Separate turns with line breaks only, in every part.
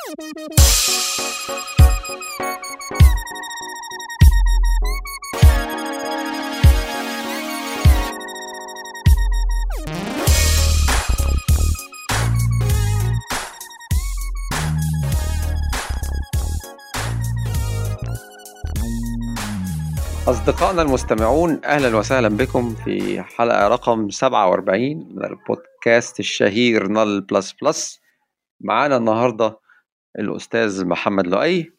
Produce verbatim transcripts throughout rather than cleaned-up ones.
أصدقائنا المستمعون، أهلا وسهلا بكم في حلقة رقم سبعة وأربعين من البودكاست الشهير نال بلس بلس. معانا النهاردة الأستاذ محمد لؤي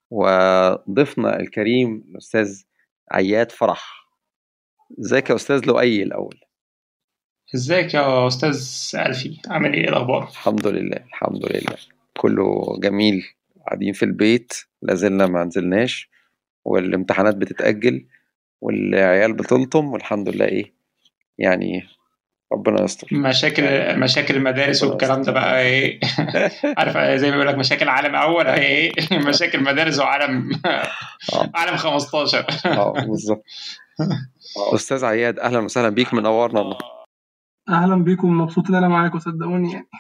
وضيفنا الكريم الأستاذ عياد فرح. ازيك يا أستاذ لؤي الأول؟
ازيك يا أستاذ ألفي، عامل ايه الأخبار؟
الحمد لله الحمد لله كله جميل، قاعدين في البيت، لازلنا ما نزلناش، والامتحانات بتتأجل والعيال بتلطم، والحمد لله ايه يعني، ربنا يستر.
مشاكل مشاكل المدارس والكلام ده بقى ايه؟ عارف زي ما بيقول لك مشاكل عالم اول ايه؟ مشاكل مدارس وعالم عالم خمستاشر.
اه بالظبط. استاذ عياد اهلا وسهلا بيك، منورنا الله.
اهلا بيكم، مبسوط ان انا معاكم صدقوني. يعني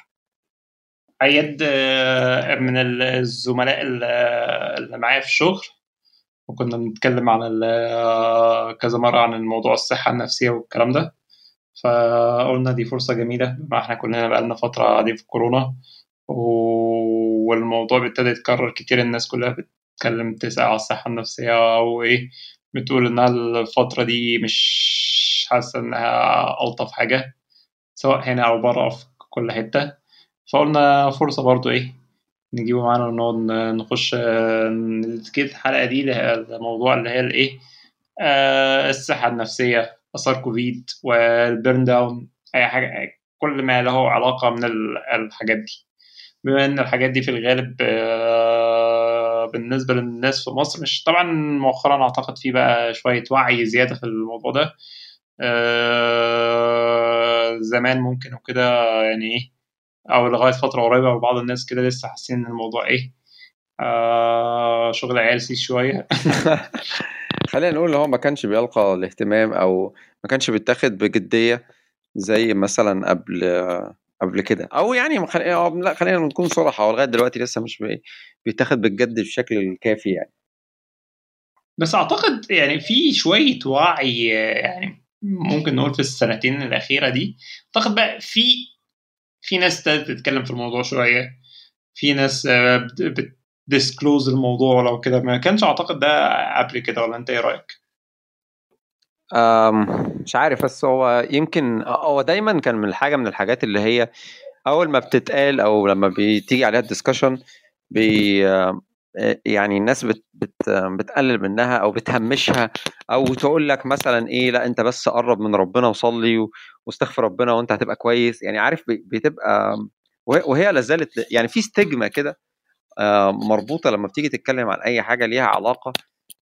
عياد من الزملاء اللي معايا في الشغل، وكنا بنتكلم عن كذا مرة عن الموضوع الصحة النفسية والكلام ده، فقلنا دي فرصة جميلة بما احنا كلنا بقالنا فترة قاعدين في كورونا والموضوع ابتدى يتكرر كتير. الناس كلها بتتكلم تسأل على الصحة النفسية أو إيه، بتقول إنها الفترة دي مش حاسة إنها ألطف حاجة سواء هنا أو برا في كل حتة. فقلنا فرصة برضو إيه نجيبه معانا ونقعد نخش كده الحلقة دي الموضوع اللي هي الإيه آه الصحة النفسية، أثار كوفيد والبيرن داون، أي حاجة كل ما له علاقة من الحاجات دي. بما إن الحاجات دي في الغالب آه بالنسبة للناس في مصر، مش طبعا مؤخرا أعتقد في بقى شوية وعي زيادة في الموضوع ده. آه زمان ممكن وكده يعني إيه، أو لغاية فترة قريبة وبعض الناس كده لسه حاسين إن الموضوع إيه آه شغل عيال سي شوية.
خلينا نقول ان هو ما كانش بيلقى الاهتمام او ما كانش بيتاخد بجدية زي مثلا قبل قبل كده، او يعني لا خلينا نكون صراحة، لغاية دلوقتي لسه مش بيتاخد بالجد بالشكل الكافي يعني.
بس أعتقد يعني في شوية وعي، يعني ممكن نقول في السنتين الأخيرة دي أعتقد بقى في في ناس تتكلم في الموضوع شوية، في ناس بتديسكلوز الموضوع ولو كده. ما كانش أعتقد ده قبل كده، ولا أنت إيه رأيك؟
مش عارف، بس هو يمكن هو دايما كان من الحاجة من الحاجات اللي هي أول ما بتتقال أو لما بتيجي عليها الديسكشن بي يعني الناس بت بت بتقلل منها او بتهمشها، او تقول لك مثلا ايه، لا انت بس قرب من ربنا وصلي واستغفر ربنا وانت هتبقى كويس، يعني عارف بتبقى، وهي لازالت يعني في ستيجما كده مربوطه لما بتيجي تتكلم عن اي حاجه ليها علاقه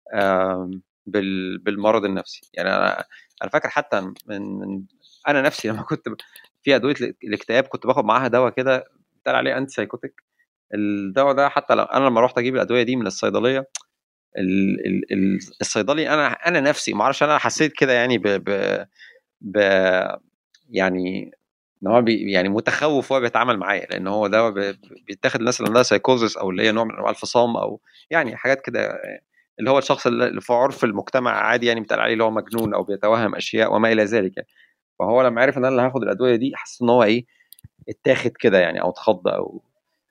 بالمرض النفسي. يعني انا انا فاكر حتى من, من انا نفسي لما كنت في ادويه الاكتئاب كنت باخد معاها دواء كده بتاع عليه انتي سايكوتيك. الدواء ده حتى لو انا لما رحت اجيب الادويه دي من الصيدليه، ال ال الصيدلي انا انا نفسي ما اعرفش، انا حسيت كده يعني ب, ب, ب يعني ان هو بي يعني متخوف وهو بيتعامل معايا، لان هو دواء بيتاخد الناس اللي عندها سايكوزس او اللي هي نوع من انواع الفصام او يعني حاجات كده، اللي هو الشخص اللي في عرف المجتمع عادي يعني بيتقال عليه اللي هو مجنون او بيتوهم اشياء وما الى ذلك يعني. فهو لما عرف ان انا اللي هاخد الادويه دي حسيت ان هو ايه، اتاخد كده يعني او اتخض او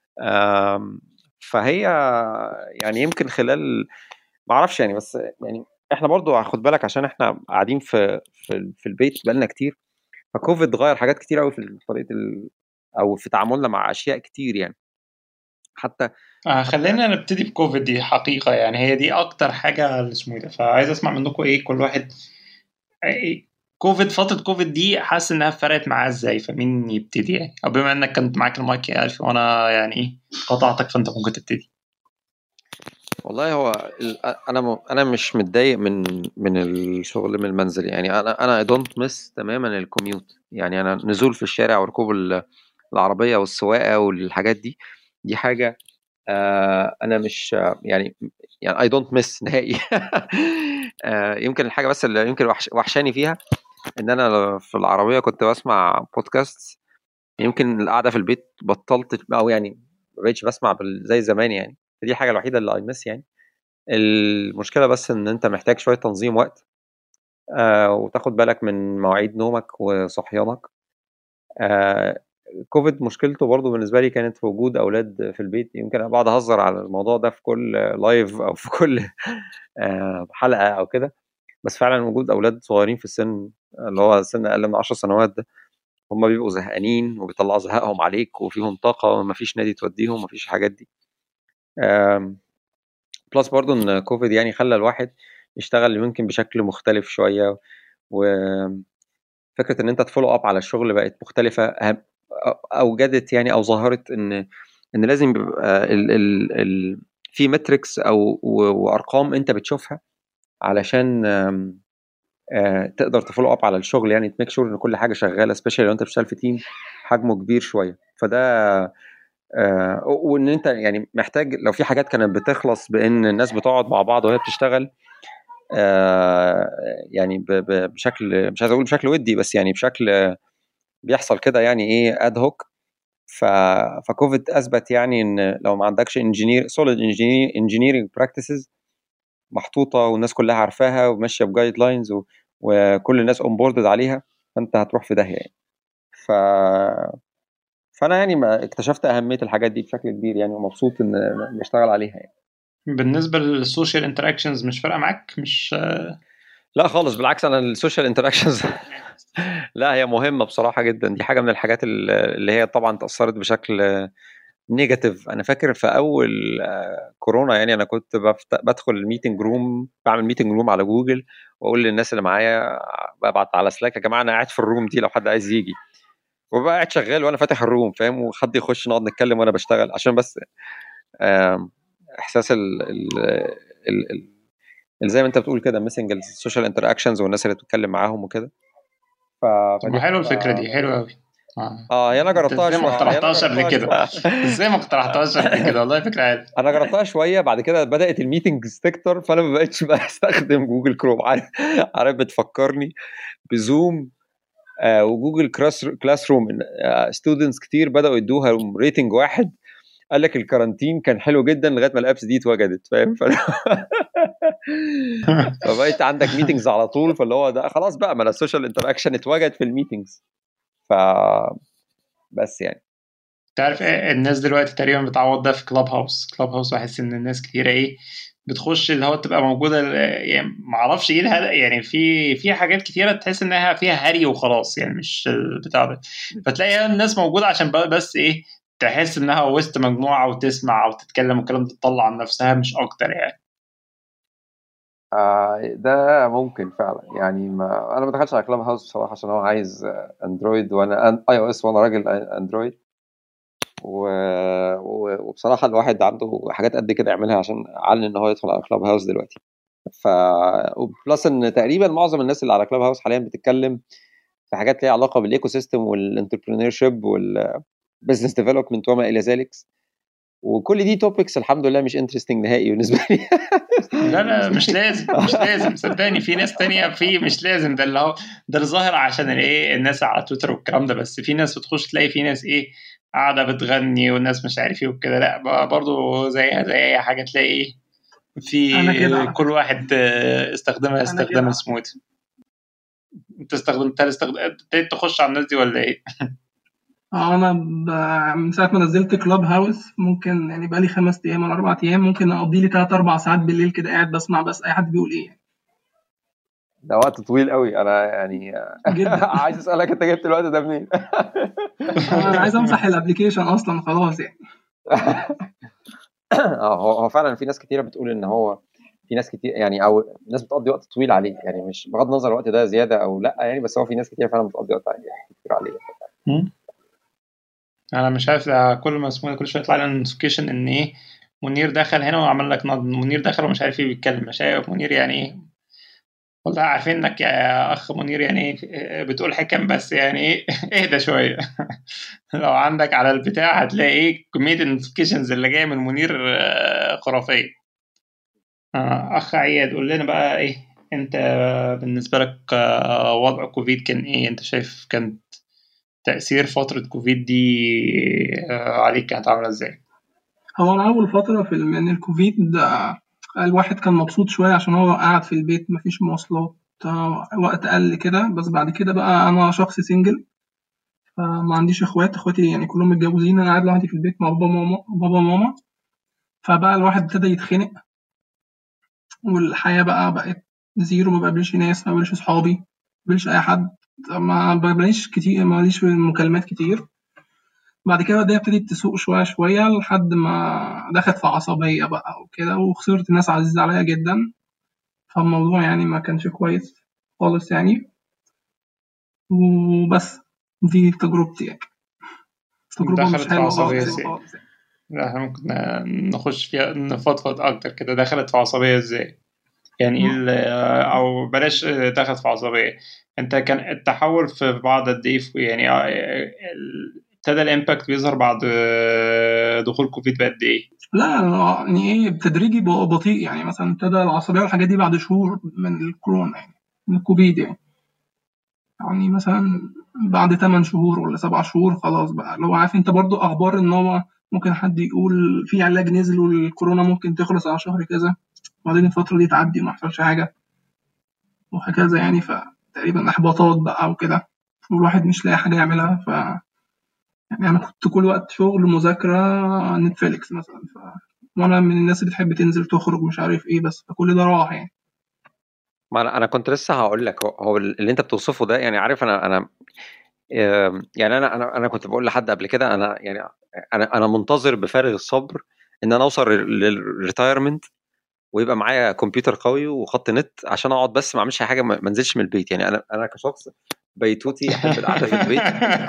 فهي يعني يمكن خلال ما اعرفش يعني، بس يعني احنا برضو هاخد بالك عشان احنا قاعدين في في, في البيت بقالنا كتير، فكوفيد غير حاجات كتير قوي في طريقه ال... او في تعاملنا مع اشياء كتير يعني. حتى
آه خلينا نبتدي بكوفيد، دي حقيقة يعني هي دي أكتر حاجة اللي اسمه ده. فعايز أسمع منكم إيه كل واحد إيه كوفيد، فترة كوفيد دي حاسس إنها فرقت معاه إزاي؟ فمين يبتدي يعني؟ أو بما إنك كنت معاك المايك يا ألف وأنا يعني إيه قطعتك، فأنت ممكن تبتدي.
والله هو انا م... انا مش متضايق من من الشغل من المنزل يعني. انا انا دونت مس تماما الكوميوت، يعني انا نزول في الشارع وركوب العربيه والسواقه والحاجات دي، دي حاجه آه انا مش يعني يعني اي دونت مس نهائي. آه يمكن الحاجه بس اللي يمكن وحش وحشاني فيها ان انا في العربيه كنت بسمع بودكاست. يمكن القعده في البيت بطلت، او يعني ما بقتش بسمع بال- زي زمان يعني. دي الحاجه الوحيده اللي اي مس يعني. المشكله بس ان انت محتاج شويه تنظيم وقت، آه وتاخد بالك من مواعيد نومك وصحيانك. آه كوفيد مشكلته برضو بالنسبه لي كانت في وجود اولاد في البيت. يمكن انا بقعد اهزر على الموضوع ده في كل لايف او في كل آه حلقه او كده، بس فعلا وجود اولاد صغيرين في السن اللي هو سن اقل من عشر سنوات ده، هم بيبقوا زهقانين وبيطلعوا زهقهم عليك وفيهم طاقه ومفيش نادي توديهم ومفيش الحاجات دي. آم، بلس برضو ان كوفيد يعني خلى الواحد يشتغل يمكن بشكل مختلف شويه، وفكره ان انت تفولو اب على الشغل بقت مختلفه. أهم- اوجدت يعني او ظهرت ان ان لازم يبقى ال ال ال في متريكس او و- وارقام انت بتشوفها علشان آم، آه، تقدر تفولو اب على الشغل، يعني تميك شور ان كل حاجه شغاله، سبيشالي لو انت بتشتغل في تيم حجمه كبير شويه. فده آه، وان انت يعني محتاج لو في حاجات كانت بتخلص بان الناس بتقعد مع بعض وهي بتشتغل، آه، يعني ب- ب- بشكل مش عايز اقول بشكل ودي، بس يعني بشكل بيحصل كده يعني ايه اد هوك. ف فكوفيد اثبت يعني ان لو ما عندكش انجينير سوليد انجينيرنج براكتسز محطوطه والناس كلها عارفاها وماشيه بجايد لاينز وكل الناس اون بوردد عليها، فانت هتروح في داهيه يعني. ف فانا يعني ما اكتشفت اهميه الحاجات دي بشكل كبير يعني، ومبسوط ان نشتغل عليها يعني.
بالنسبه للسوشيال انتراكشنز مش فارقه معاك؟ مش
لا خالص، بالعكس انا السوشيال انتراكشنز لا هي مهمه بصراحه جدا. دي حاجه من الحاجات ال- اللي هي طبعا تاثرت بشكل نيجاتيف. انا فاكر في اول آه، كورونا يعني انا كنت بفت- بدخل الميتنج روم، بعمل ميتنج روم على جوجل واقول للناس اللي معايا، ببعت على سلاك يا جماعه انا قاعد في الروم دي لو حد عايز يجي، وبقى قاعد شغال وانا فاتح الروم فاهم، وحد يخش نقعد نتكلم وانا بشتغل عشان بس آم، احساس ال ال ال ال ال- زي ما انت بتقول كده ميسنج السوشيال انتراكشنز والناس اللي بتتكلم معاهم وكده. ف...
طب ما
فدي
حلو
حاجه.
الفكره دي، حلوه قوي. اه
اه هي انا
انت
جربتها
ازاي ما
شويه هي انا
اقترحتهاش قبل
جربتها
كده؟
شويه
ازاي ما اقترحتهاش قبل كده؟ والله فكره حلوه.
انا جربتها شويه بعد كده بدات الميتنجز تكتر، فانا ما بقتش بستخدم جوجل كروم. عارف عارف بتفكرني بزوم آه وجوجل كلاس كلاس روم. ستودنتس كتير بداوا يدوها ريتنج واحد، قال لك الكارانتين كان حلو جدا لغايه ما الابس دي اتوجدت فاهم. ف... فبقيت عندك ميتنجز على طول، فاللي هو ده خلاص بقى ما السوشيال انتراكشن اتوجد في الميتنجز. ف بس يعني
تعرف ايه الناس دلوقتي تقريبا بتعوض ده في كلاب هاوس. كلاب هاوس بحس ان الناس كتيره ايه بتخش اللي هو تبقى موجوده ال- يعني ما اعرفش ايه الهدف، يعني في في حاجات كتيره تحس انها فيها هري وخلاص يعني مش البتاع ده، فتلاقي الناس موجوده عشان بقى بس ايه تحس انها وسط مجموعه وتسمع او تتكلم والكلام ده تطلع عن نفسها مش اكتر يعني.
آه ده ممكن فعلا يعني. ما انا ما دخلتش على كلاب هاوس بصراحه عشان هو عايز آه، اندرويد وانا أن- اي او اس وانا راجل اندرويد. و... و... وبصراحه الواحد عنده حاجات قد كده يعملها عشان اعلن ان هو يدخل على كلاب هاوس دلوقتي. ف وبلس ان تقريبا معظم الناس اللي على كلاب هاوس حاليا بتتكلم في حاجات ليها علاقه بالايكو سيستم والانتربرينور شيب والبزنس ديفلوبمنت وما الى ذلك، وكل دي توبكس الحمد لله مش انترستنج نهائي بالنسبه لي.
لا لا
بالنسبه
مش
لي
لازم، مش لازم صدقني، في ناس تانية في مش لازم ده اللي هو ده اللي ظاهر عشان الايه الناس على تويتر والكلام ده، بس في ناس بتخش تلاقي في ناس ايه قاعدة بتغني والناس مش عارف ايه وكده، لا ب- برضو زيها زي اي حاجة تلاقي ايه
انا كده
في
على
كل
فكره.
واحد آه، استخدمها
انا كده
استخدام
على فكره.
سموث. انت استخدمت استخدم ابتديت تخش على الناس دي ولا ايه؟
اه انا ب... من ساعه ما نزلت كلاب هاوس ممكن يعني بقالي خمس ايام ولا اربع ايام ممكن اقضي لي ثلاث اربع ساعات بالليل كده قاعد بسمع بس اي حد بيقول ايه.
ده وقت طويل قوي انا يعني.
جدا.
عايز اسالك انت جبت الوقت ده منين؟
انا عايز امسح الابليكيشن اصلا خلاص يعني.
اه هو هو فعلا في ناس كتيره بتقول ان هو في ناس كتير يعني، او ناس بتقضي وقت طويل عليه يعني، مش بغض النظر الوقت ده زياده او لا يعني، بس هو في ناس كتير فعلا بتقضي وقت عليه كتير عليه.
مم. انا مش عارف ده كل ما اسمه كل شويه يطلع لنا نوتيفيكيشن ان ايه منير دخل هنا وعمل لك نض، منير دخل ومش عارف ايه بيتكلم، مش عارف منير يعني ايه. والله عارفين انك يا اخ منير يعني ايه بتقول حكم بس يعني ايه اهدى شويه. لو عندك على البتاع هتلاقي ايه كميه النوتيفيكيشنز اللي جايه من منير آه، خرافيه. آه، اخ عياد قول لنا بقى ايه انت بالنسبه لك آه، وضع كوفيد كان ايه؟ انت شايف كان تأثير فترة كوفيد دي آه، عليك كانت عاملة ازاي؟
هو أنا أول فترة في من الكوفيد آه، الواحد كان مبسوط شوية عشان هو قاعد في البيت مفيش مواصلات، آه، وقت أقل كده. بس بعد كده بقى أنا شخص سنجل، فما عنديش إخوات، إخواتي يعني كلهم متجوزين، أنا قاعد لوحدي في البيت مع بابا وماما بابا وماما. فبقى الواحد ابتدى يتخنق، والحياة بقى بقت زيرو، ما بقابلش ناس، ما بقابلش صحابي، ما بقابلش أي حد، ما بقابلش كتير، ماليش في المكالمات كتير. بعد كده الدنيا ابتدت تسوق شوية شوية لحد ما دخلت في عصبية بقى وكده، وخسرت ناس عزيزة عليا جدا. فالموضوع يعني ما كانش كويس خالص يعني. وبس، دي تجربتي يعني، تجربة مش
دخلت في
حلوة
عصبية
خالص يعني.
ازاي؟ لا احنا ممكن نخش فيها نفضفض اكتر كده. دخلت في عصبية ازاي؟ يعني ايه ال- او بلاش دخلت في عصبية. انت كان التحول في بعض قد ايه في- يعني آه، ال- ابتدى الامباكت بيظهر بعد آه، دخول كوفيد بقد ايه؟
لا يعني ايه، تدريجي ب- بطيء يعني. مثلا ابتدى العصبية والحاجات دي بعد شهور من الكورونا يعني، من الكوفيد يعني. يعني مثلا بعد ثمان شهور ولا سبع شهور خلاص بقى، لو عارف انت برضو اخبار ان هو ممكن حد يقول في علاج نزل والكورونا ممكن تخلص على شهر كذا، وبعدين الفترة دي تعدي وما يحصلش حاجة وهكذا يعني. فتقريبا احباطات بقى وكده، والواحد مش لاقي حاجة يعملها. ف يعني انا كنت كل وقت شغل، مذاكرة، نتفليكس مثلا. ف وانا من الناس اللي بتحب تنزل تخرج مش عارف ايه، بس فكل ده راح يعني.
ما انا انا كنت لسه هقول لك، هو هو اللي انت بتوصفه ده، يعني عارف انا انا آم، يعني انا انا انا كنت بقول لحد قبل كده، انا يعني انا انا منتظر بفارغ الصبر ان انا اوصل للريتايرمنت ويبقى معايا كمبيوتر قوي وخط نت عشان اقعد بس ما اعملش حاجه، ما ما انزلش من البيت. يعني انا انا كشخص بيتوتي احب القعده في البيت.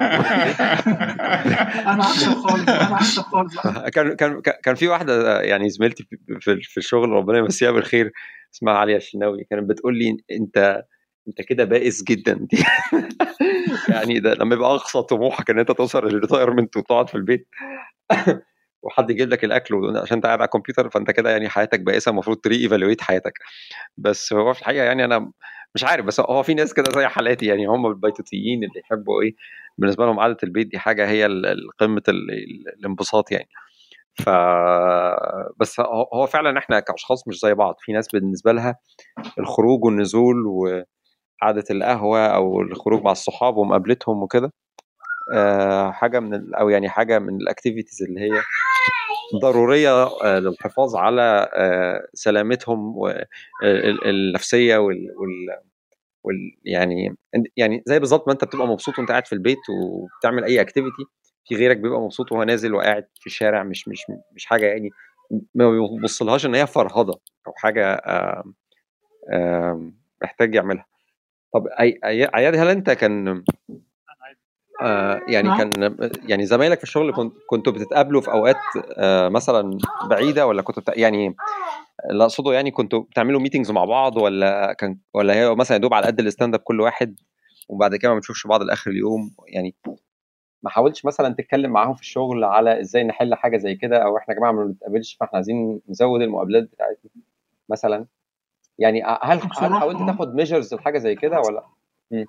انا عكسك خالص بقى، انا عكسك خالص بقى.
كان كان كان في واحده يعني زميلتي في في في الشغل، ربنا يمسيها بالخير، اسمها عليا الشناوي، كانت بتقول لي انت انت كده بائس جدا. يعني ده لما يبقى اقصى طموحك ان انت توصل للريتايرمنت وتقعد في البيت وحد يجيب لك الاكل عشان انت قاعد على الكمبيوتر، فانت كده يعني حياتك بائسه، المفروض تري ايفالويت حياتك. بس هو في الحقيقه يعني انا مش عارف، بس هو في ناس كده زي حالاتي، يعني هم البيتوتيين اللي يحبوا ايه، بالنسبه لهم قعده البيت دي حاجه هي ال- ال- قمه ال- ال- الانبساط يعني. ف بس هو هو فعلا احنا كاشخاص مش زي بعض. في ناس بالنسبه لها الخروج والنزول وقعده القهوه او الخروج مع الصحاب ومقابلتهم وكده آه، حاجه من ال... او يعني حاجه من الاكتيفيتيز اللي هي ضروريه آه، للحفاظ على آه، سلامتهم و- ال- النفسيه وال... وال... وال... يعني يعني زي بالظبط ما انت بتبقى مبسوط وانت قاعد في البيت وبتعمل اي اكتيفيتي، في غيرك بيبقى مبسوط وهو نازل وقاعد في الشارع. مش مش مش حاجه يعني ما بيبصلهاش ان هي فرهضه او حاجه آه، آه، محتاج يعملها. طب أي... أي... عياد، هل انت كان آه يعني
نعم.
كان يعني زمايلك في الشغل كنت كنتوا بتتقابلوا في اوقات آه مثلا بعيده، ولا كنتوا بتا... يعني اللي اقصده يعني كنتوا بتعملوا ميتينجز مع بعض، ولا كان ولا هي مثلا يا دوب على قد الستاند اب كل واحد وبعد كده ما بنشوفش بعض لاخر اليوم يعني؟ ما حاولتش مثلا تتكلم معاهم في الشغل على ازاي نحل حاجه زي كده، او احنا يا جماعه ما بنتقابلش فاحنا عايزين نزود المقابلات بتاعتنا مثلا؟ يعني هل هل
بصراحة
حاولت تاخد ميجرز لحاجه زي كده ولا؟ مم.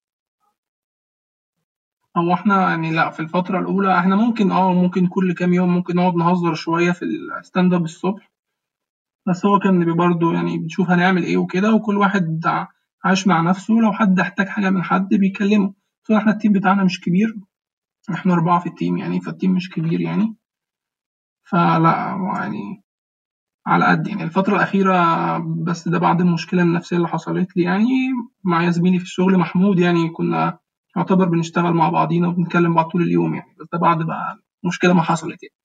هو احنا يعني لا، في الفترة الأولى احنا ممكن اه ممكن كل كام يوم ممكن نقعد نهزر شوية في الستاند اب الصبح. بس هو كان بيبقى برضه يعني بنشوف هنعمل ايه وكده، وكل واحد ع- عايش مع نفسه. لو حد احتاج حاجة من حد بيكلمه. بس احنا التيم بتاعنا مش كبير، احنا أربعة في التيم يعني، فالتيم مش كبير يعني. فلا يعني على قد يعني الفترة الأخيرة. بس ده بعد المشكلة النفسية اللي حصلت لي يعني مع زميلي في الشغل محمود. يعني كنا يعتبر بنشتغل مع بعضينا وبنتكلم بعض طول اليوم يعني، بس ده بعد بقى المشكلة ما حصلت يعني.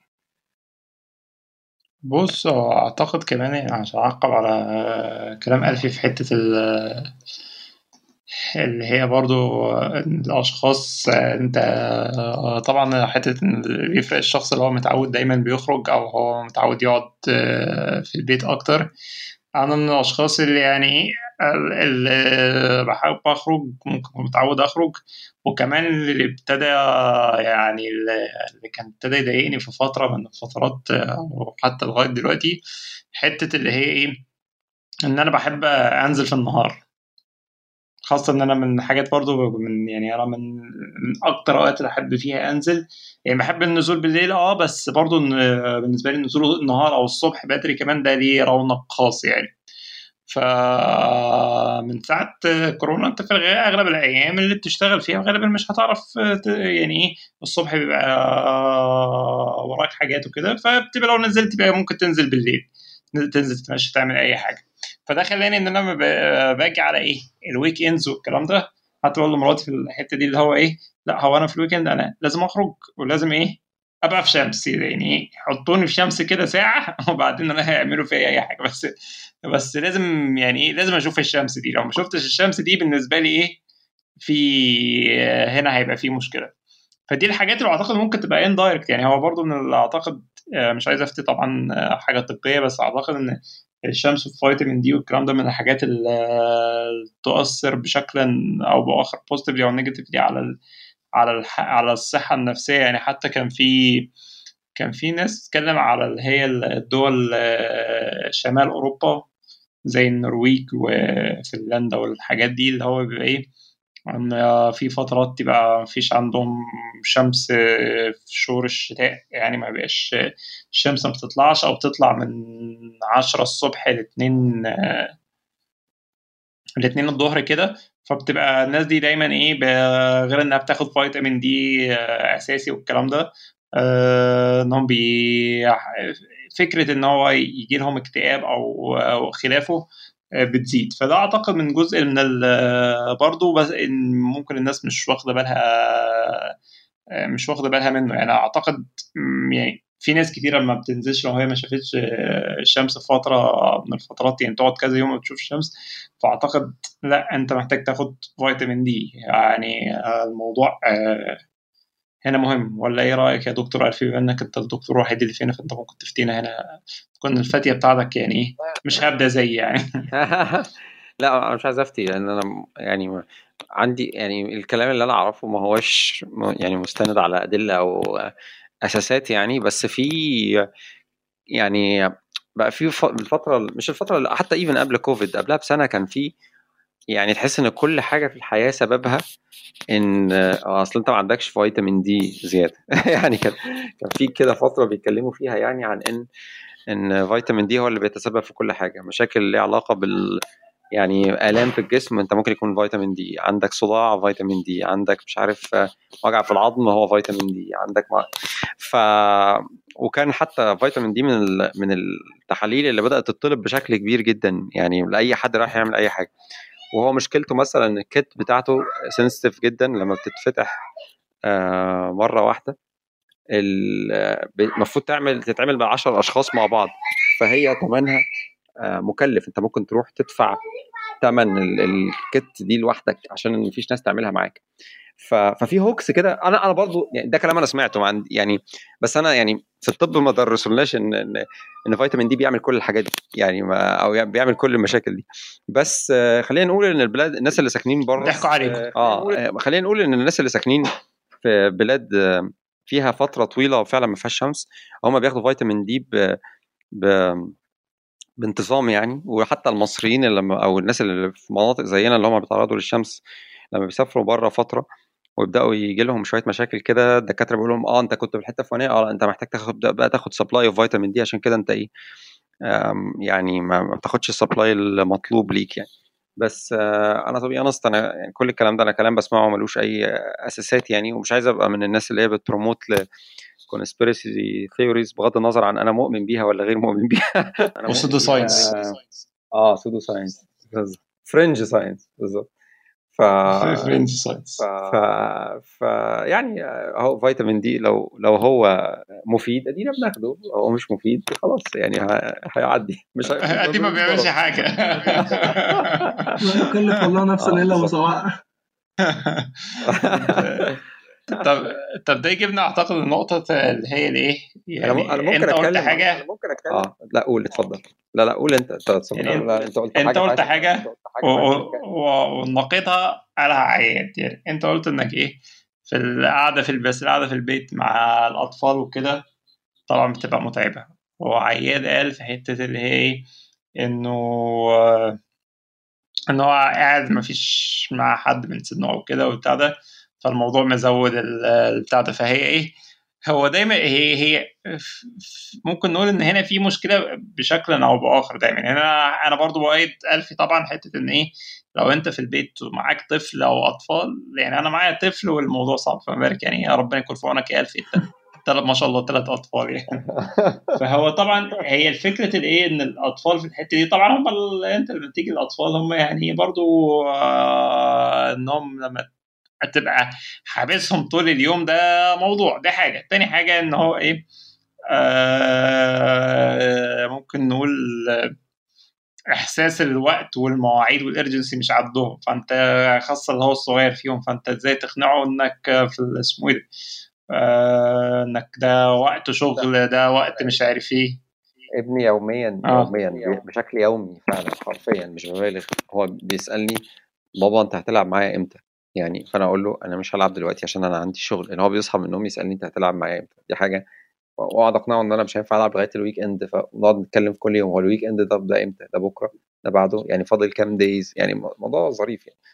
بص، هو أعتقد كمان يعني عشان أعقب على كلام ألفي في حتة ال- اللي هي برضو الأشخاص. أنت طبعا حتة إن بيفرق الشخص اللي هو متعود دايما بيخرج أو هو متعود يقعد في البيت أكتر. أنا من الأشخاص اللي يعني إيه، اللي بحب أخرج، ممكن متعود أخرج. وكمان اللي ابتدى يعني اللي كان ابتدى يضايقني في فترة من الفترات وحتى لغاية دلوقتي، حتة اللي هي إيه، إن أنا بحب أنزل في النهار. خاصة ان انا من حاجات برضو من يعني انا من من اكتر اوقات اللي احب فيها انزل. يعني بحب النزول بالليل اه بس برضو بالنسبة لي النزول النهار او الصبح بدري كمان ده ليه رونق خاص يعني. فمن ساعة كورونا انت في اغلب الايام اللي بتشتغل فيها غالبا مش هتعرف يعني ايه الصبح بيبقى وراك حاجات وكده، فبتبقى لو نزلت بقى ممكن تنزل بالليل تنزل تمشي تعمل اي حاجة. فده خلاني ان انا باجي على ايه الويك اندز والكلام ده، حتى بقول لمراتي في الحتة دي اللي هو ايه لا هو انا في الويكند انا لازم اخرج ولازم ايه ابقى في شمس، يعني ايه حطوني في شمس كده ساعه وبعدين انا هيعملوا فيا اي حاجه، بس بس لازم يعني ايه لازم اشوف الشمس دي. لو ما شفتش الشمس دي بالنسبه لي ايه في هنا هيبقى في مشكله. فدي الحاجات اللي اعتقد ممكن تبقى ان دايركت، يعني هو برضو من اللي اعتقد مش عايز افتي طبعا حاجه طبيه، بس اعتقد ان الشمس والفيتامين دي والكلام ده من الحاجات اللي تؤثر بشكل او باخر بوزيتيفلي او نيجاتيفلي على على على الصحه النفسيه. يعني حتى كان في كان في ناس تتكلم على اللي هي الدول شمال اوروبا زي النرويج وفنلندا والحاجات دي اللي هو بيبقى ايه في فترات تبقى مفيش عندهم شمس في شهور الشتاء، يعني ما بيبقاش الشمس ما بتطلعش او بتطلع من عشرة الصبح لاتنين الاثنين الظهر كده. فبتبقى الناس دي دايما ايه غير انها بتاخد فيتامين دي اساسي والكلام ده انهم بي فكره ان هو يجي لهم اكتئاب او او خلافه بتزيد. فده اعتقد من جزء من برضه، بس إن ممكن الناس مش واخده بالها مش واخده بالها منه. يعني اعتقد يعني في ناس كتيره ما بتنزلش لو هي ما شافتش الشمس في فتره من الفترات، يعني تقعد كذا يوم ما بتشوف الشمس. فاعتقد لا انت محتاج تاخد فيتامين دي. يعني الموضوع هنا مهم، ولا ايه رايك يا دكتور ألفي؟ بما انك انت الدكتور الوحيد اللي فينا فانت ممكن تفتينا هنا تكون الفتيه بتاعتك يعني ايه مش هبدا زي يعني
لا انا مش عايز افتي لان انا يعني عندي يعني الكلام اللي انا اعرفه ما هوش يعني مستند على ادله او اساسات يعني. بس في يعني بقى في الفتره مش الفتره حتى ايفن قبل كوفيد قبلها بسنه كان في يعني تحس ان كل حاجه في الحياه سببها ان اصل انت ما عندكش فيتامين دي زياده يعني كان كان في كده فتره بيتكلموا فيها يعني عن ان ان فيتامين دي هو اللي بيتسبب في كل حاجه، مشاكل ليها علاقه بال يعني آلام في الجسم انت ممكن يكون فيتامين دي، عندك صداع فيتامين دي، عندك مش عارف وجع في العظم هو فيتامين دي عندك ما... ف وكان حتى فيتامين دي من ال... من التحاليل اللي بدأت تطلب بشكل كبير جدا يعني لاي حد رايح يعمل اي حاجه. وهو مشكلته مثلا ان الكيت بتاعته سنسيتيف جدا لما بتتفتح مره واحده المفروض تعمل تتعمل مع عشرة اشخاص مع بعض، فهي ثمنها مكلف. انت ممكن تروح تدفع ثمن الكيت دي لوحدك عشان مفيش ناس تعملها معاك. ففي هوكس كده انا انا برضو يعني ده كلام انا سمعته عن يعني، بس انا يعني في الطب ما درسولناش ان ان ان فيتامين دي بيعمل كل الحاجات دي يعني ما او بيعمل كل المشاكل دي. بس خلينا نقول ان البلاد الناس اللي ساكنين بره
ضحكوا عليكم.
اه خلينا نقول ان الناس اللي ساكنين في بلاد فيها فتره طويله وفعلا ما فيهاش شمس هم بياخدوا فيتامين دي ب, ب... بانتظام يعني. وحتى المصريين اللي لما او الناس اللي في مناطق زينا اللي هم بيتعرضوا للشمس لما بيسافروا بره فتره ويبداوا يجي لهم شويه مشاكل كده الدكاتره بيقولوا لهم اه انت كنت في الحته الفلانيه اه انت محتاج تاخد بقى تاخد سبلاي اوف فيتامين دي عشان كده انت ايه يعني ما بتاخدش السبلاي المطلوب ليك يعني. بس آه انا طبيعي انست انا يعني كل الكلام ده انا كلام بسمعه ملوش اي اساسات يعني، ومش عايز ابقى من الناس اللي هي بتبروموت ل conspiracy theories بغض النظر عن انا مؤمن بيها ولا غير مؤمن بيها.
وسودو ساينس
اه سودو ساينس فرنج ساينس بالظبط. ف
فرنج ساينس
ف... ف يعني اهو فيتامين دي لو لو هو مفيد ادينا بناخده، لو هو مش مفيد خلاص يعني هيعدي مش
دي ما بيعملش حاجه.
لا يكلف الله نفسا الا وسعها.
طب طب ده يجيبنا اعتقد النقطه اللي هي الايه
يعني انا ممكن
انت قلت
اتكلم
حاجه
انا ممكن اتكلم اه لا قول اتفضل. لا لا قول انت انت
يعني انت,
لا انت قلت
انت
حاجه
قلت حاجه ونقيتها على عياد. يعني انت قلت انك ايه في القعده في بس القعده في البيت مع الاطفال وكده طبعا بتبقى متعبه. وعياد قال في حته اللي هي ايه انه ان هو قاعد ما فيش مع حد من سنه او كده وبتاع ده، فالموضوع مزود البتاع ده. فهي ايه، هو دايما هي هي ممكن نقول ان هنا في مشكله بشكل او باخر دايما. يعني انا انا برضو بؤيد الفي طبعا حته ان ايه، لو انت في البيت ومعاك طفل او اطفال، يعني انا معايا طفل والموضوع صعب، فما بالك يعني يا ربنا يكون في عونك يا الفي ثلاث ما شاء الله ثلاث اطفال يعني. فهو طبعا هي الفكره الايه، ان الاطفال في الحته دي طبعا هم ال- انت لما تيجي الاطفال هم يعني برضو آه انهم لما تبقى حابسهم طول اليوم ده موضوع. ده حاجه. تاني حاجه ان هو ايه، آه ممكن نقول احساس الوقت والمواعيد والارجنسي مش عندهم، فانت خاصه اللي هو الصغير فيهم، فانت ازاي تقنعه انك في اسمه ايه، آه انك ده وقت شغل، ده وقت مش عارف ايه.
ابني يوميا
اه
يوميا ب- بشكل يومي فعلا حرفيا مش ببالغ، هو بيسألني بابا انت هتلعب معايا امتى؟ يعني فانا اقول له انا مش هلعب دلوقتي عشان انا عندي شغل. ان هو بيصحى من النوم يسألني انت هتلعب معايا امتى، دي حاجة. واقعد اقنعه ان انا مش هينفع العب لغايه الويك اند، فنقعد نتكلم كل يوم هو الويك اند ده ده امتى، ده بكره، ده بعده، يعني فاضل كام دايز، يعني موضوع ظريف يعني.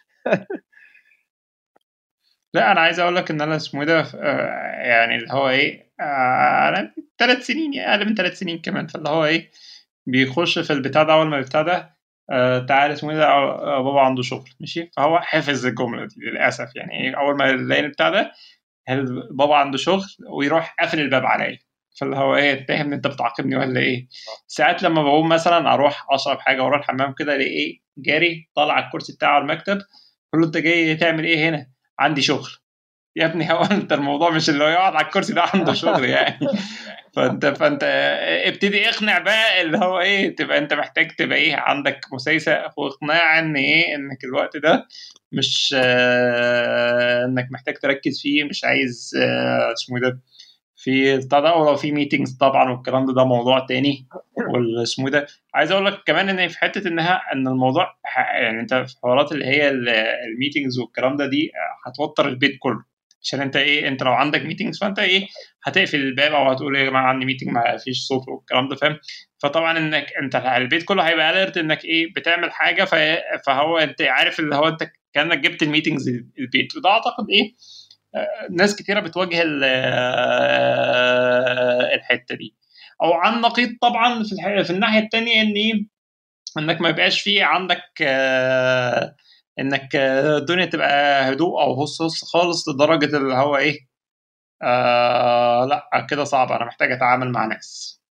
لا انا عايز اقول لك ان انا اسمه إيه ده آه، يعني اللي هو ايه، آه، انا ثلاث سنين يعني اقل من ثلاث سنين كمان، فاللي هو ايه بيخش في البتاع ده. اول ما البتاع ده آه، تعالى اسمه ايه ده آه، بابا عنده شغل ماشي، فهو حافظ الجمله دي للاسف. يعني ايه، اول ما يلاقي البتاع ده هل بابا عنده شغل ويروح قافل الباب عليا، فاللي هو ايه فاهم ان انت بتعاقبني ولا ايه. ساعات لما بقوم مثلا اروح اشرب حاجه واروح الحمام كده الاقي ايه جاري طالع على الكرسي بتاعه على المكتب، قول له انت جاي تعمل ايه هنا؟ عندي شغل. يا ابني هو انت الموضوع مش اللي هو يقعد على الكرسي ده عنده شغل يعني. فانت فانت ابتدي اقنع بقى اللي هو ايه، تبقى انت محتاج تبقى ايه عندك مسايسه واقناع ان ايه انك الوقت ده مش آه انك محتاج تركز فيه، مش عايز آه اسمه ده في بتاع ده، ولو في ميتنجز طبعا والكلام ده ده موضوع تاني. والاسمه ده عايز اقول لك كمان ان في حته انها ان الموضوع ح- يعني انت في حوارات اللي هي الميتنجز والكلام ده دي هتوتر البيت كله. عشان انت ايه، انت لو عندك ميتنجز فانت ايه هتقفل الباب او هتقول ايه يا جماعه عندي ميتنج ما فيش صوت والكلام ده فاهم. فطبعا انك انت البيت كله هيبقى اليرت انك ايه بتعمل حاجه، ف- فهو انت عارف اللي هو انت كانك جبت الميتنجز البيت. وده اعتقد ايه ناس كتيره بتواجه ال- الحته دي. او عن نقيض طبعا في الح- في الناحيه الثانيه ان ايه، انك ما يبقاش فيه عندك آه، انك آه، الدنيا تبقى هدوء او هص هص خالص لدرجه اللي هو ايه آه لا كده صعب، انا محتاج اتعامل مع ناس.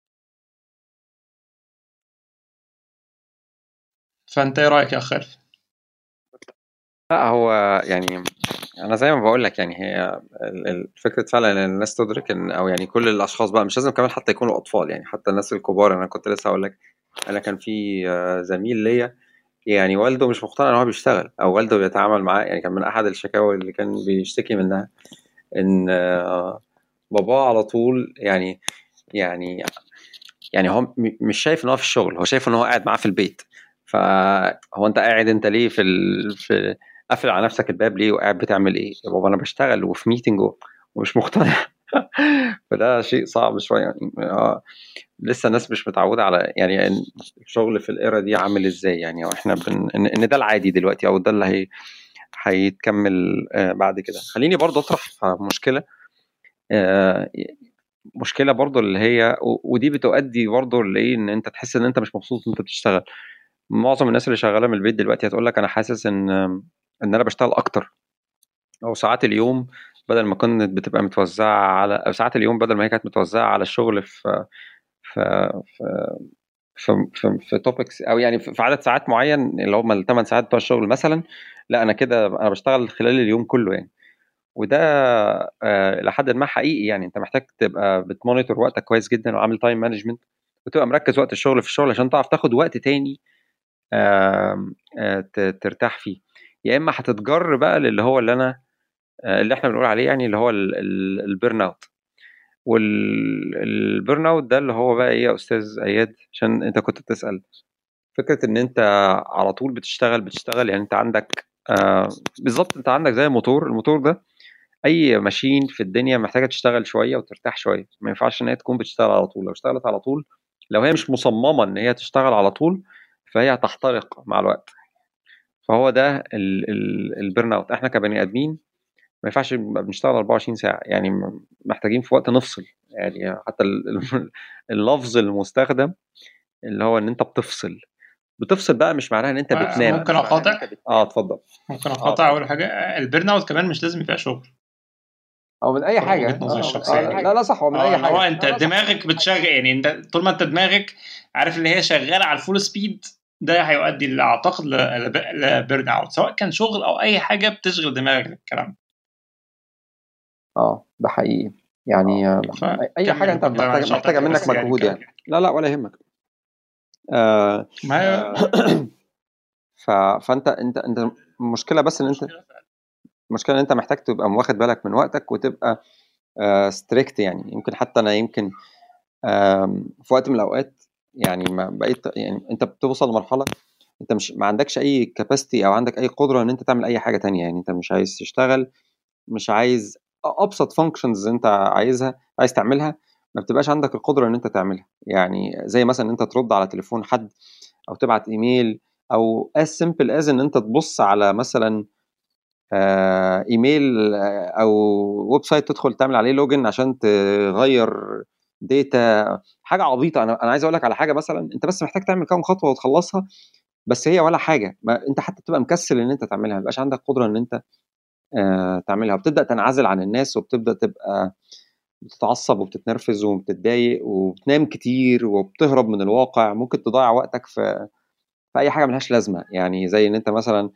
فانت ايه رايك يا خالد؟
لا هو يعني انا زي ما بقول لك، يعني هي ال- ال- فكره فعلا ان الناس تدرك ان، او يعني كل الاشخاص بقى، مش لازم كمان حتى يكونوا اطفال، يعني حتى الناس الكبار. انا كنت لسه اقول لك، انا كان في آه، زميل ليا، يعني والده مش مقتنع ان هو بيشتغل، او والده بيتعامل معاه، يعني كان من احد الشكاوى اللي كان بيشتكي منها ان آه، باباه على طول يعني يعني يعني هو م- مش شايف ان هو في الشغل، هو شايف ان هو قاعد معاه في البيت. فهو انت قاعد انت ليه في ال... في قافل على نفسك الباب ليه وقاعد بتعمل ايه يا بابا؟ انا بشتغل وفي ميتنج ومش مقتنع. فده شيء صعب شويه يعني. آه، لسه الناس مش متعوده على يعني إن الشغل في الايرا دي عامل ازاي يعني. واحنا بن... ان إن ده العادي دلوقتي، او ده اللي هي هيتكمل آه، بعد كده. خليني برضه اطرح مشكله آه، مشكله برضه اللي هي و- ودي بتؤدي برضه لايه، ان انت تحس ان انت مش مبسوط وانت بتشتغل. معظم الناس اللي شغاله من البيت دلوقتي هتقول لك انا حاسس ان ان انا بشتغل اكتر، او ساعات اليوم بدل ما كنت بتبقى متوزعه على، او ساعات اليوم بدل ما هي كانت متوزعه على الشغل في في في في في, في توبكس، او يعني في في عدد ساعات معين اللي هم الثمان ساعات بتوع الشغل مثلا. لا انا كده انا بشتغل خلال اليوم كله يعني. وده آه، لحد ما حقيقي، يعني انت محتاج تبقى بتمونيتور وقتك كويس جدا وعامل تايم مانجمنت، وتبقى مركز وقت الشغل في الشغل عشان تعرف تاخد وقت تاني آم، آه، ت- ترتاح فيه. يا اما هتتجر بقى للي هو اللي انا آه، اللي احنا بنقول عليه، يعني اللي هو البيرن اوت. والبيرن اوت ده اللي هو بقى ايه يا استاذ اياد؟ عشان انت كنت بتسأل فكرة ان انت على طول بتشتغل بتشتغل يعني انت عندك آه، بالظبط انت عندك زي موتور. الموتور ده اي ماشين في الدنيا محتاجه تشتغل شويه وترتاح شويه، ما ينفعش ان هي تكون بتشتغل على طول. لو اشتغلت على طول، لو هي مش مصممه ان هي تشتغل على طول، فهي هتحترق مع الوقت. فهو ده البيرن اوت. احنا كبني ادمين ما ينفعش نبقى بنشتغل أربعة وعشرين ساعه، يعني محتاجين في وقت نفصل. يعني حتى اللفظ المستخدم اللي هو ان انت بتفصل بتفصل بقى مش معناها ان انت بتنام.
ممكن اقاطع
اه اتفضل.
ممكن اقاطع اول حاجه، البيرن اوت كمان مش لازم يبقى شغل
او من اي حاجه.
وجهة نظري الشخصيه.
آه لا لا صح، هو من اي حاجه.
هو انت دماغك بتشغل، يعني انت طول ما انت دماغك عارف اللي هي شغاله على الفول سبيد، ده هيؤدي اعتقد لبيرن اوت، سواء كان شغل او اي حاجه بتشغل دماغك للكلام.
اه ده حقيقي يعني. اي حاجه انت محتاجه محتاجه منك مجهود يعني. لا لا ولا يهمك. آه
ما
ف... فانت انت انت المشكله بس ان انت المشكله ان انت محتاج تبقى واخد بالك من وقتك وتبقى آه ستريكت. يعني يمكن حتى انا يمكن آه في وقت من الاوقات يعني ما بقيت، يعني انت بتوصل لمرحله انت مش ما عندكش اي كاباسيتي او عندك اي قدره ان انت تعمل اي حاجه تانية. يعني انت مش عايز تشتغل، مش عايز ابسط فانكشنز انت عايزها عايز تعملها، ما بتبقاش عندك القدره ان انت تعملها. يعني زي مثلا ان انت ترد على تليفون حد او تبعت ايميل، او as simple as ان انت تبص على مثلا آه ايميل او ويب سايت تدخل تعمل عليه لوجن عشان تغير داتا. حاجه عبيطه. انا انا عايز اقول لك على حاجه مثلا، انت بس محتاج تعمل كام خطوه وتخلصها، بس هي ولا حاجه. ما انت حتى بتبقى مكسل ان انت تعملها، ما بيبقاش عندك قدره ان انت آه تعملها، وبتبدا تنعزل عن الناس وبتبدا تبقى بتتعصب وبتتنرفز وبتتضايق وبتنام كتير وبتهرب من الواقع. ممكن تضيع وقتك في في اي حاجه ملهاش لازمه، يعني زي ان انت مثلا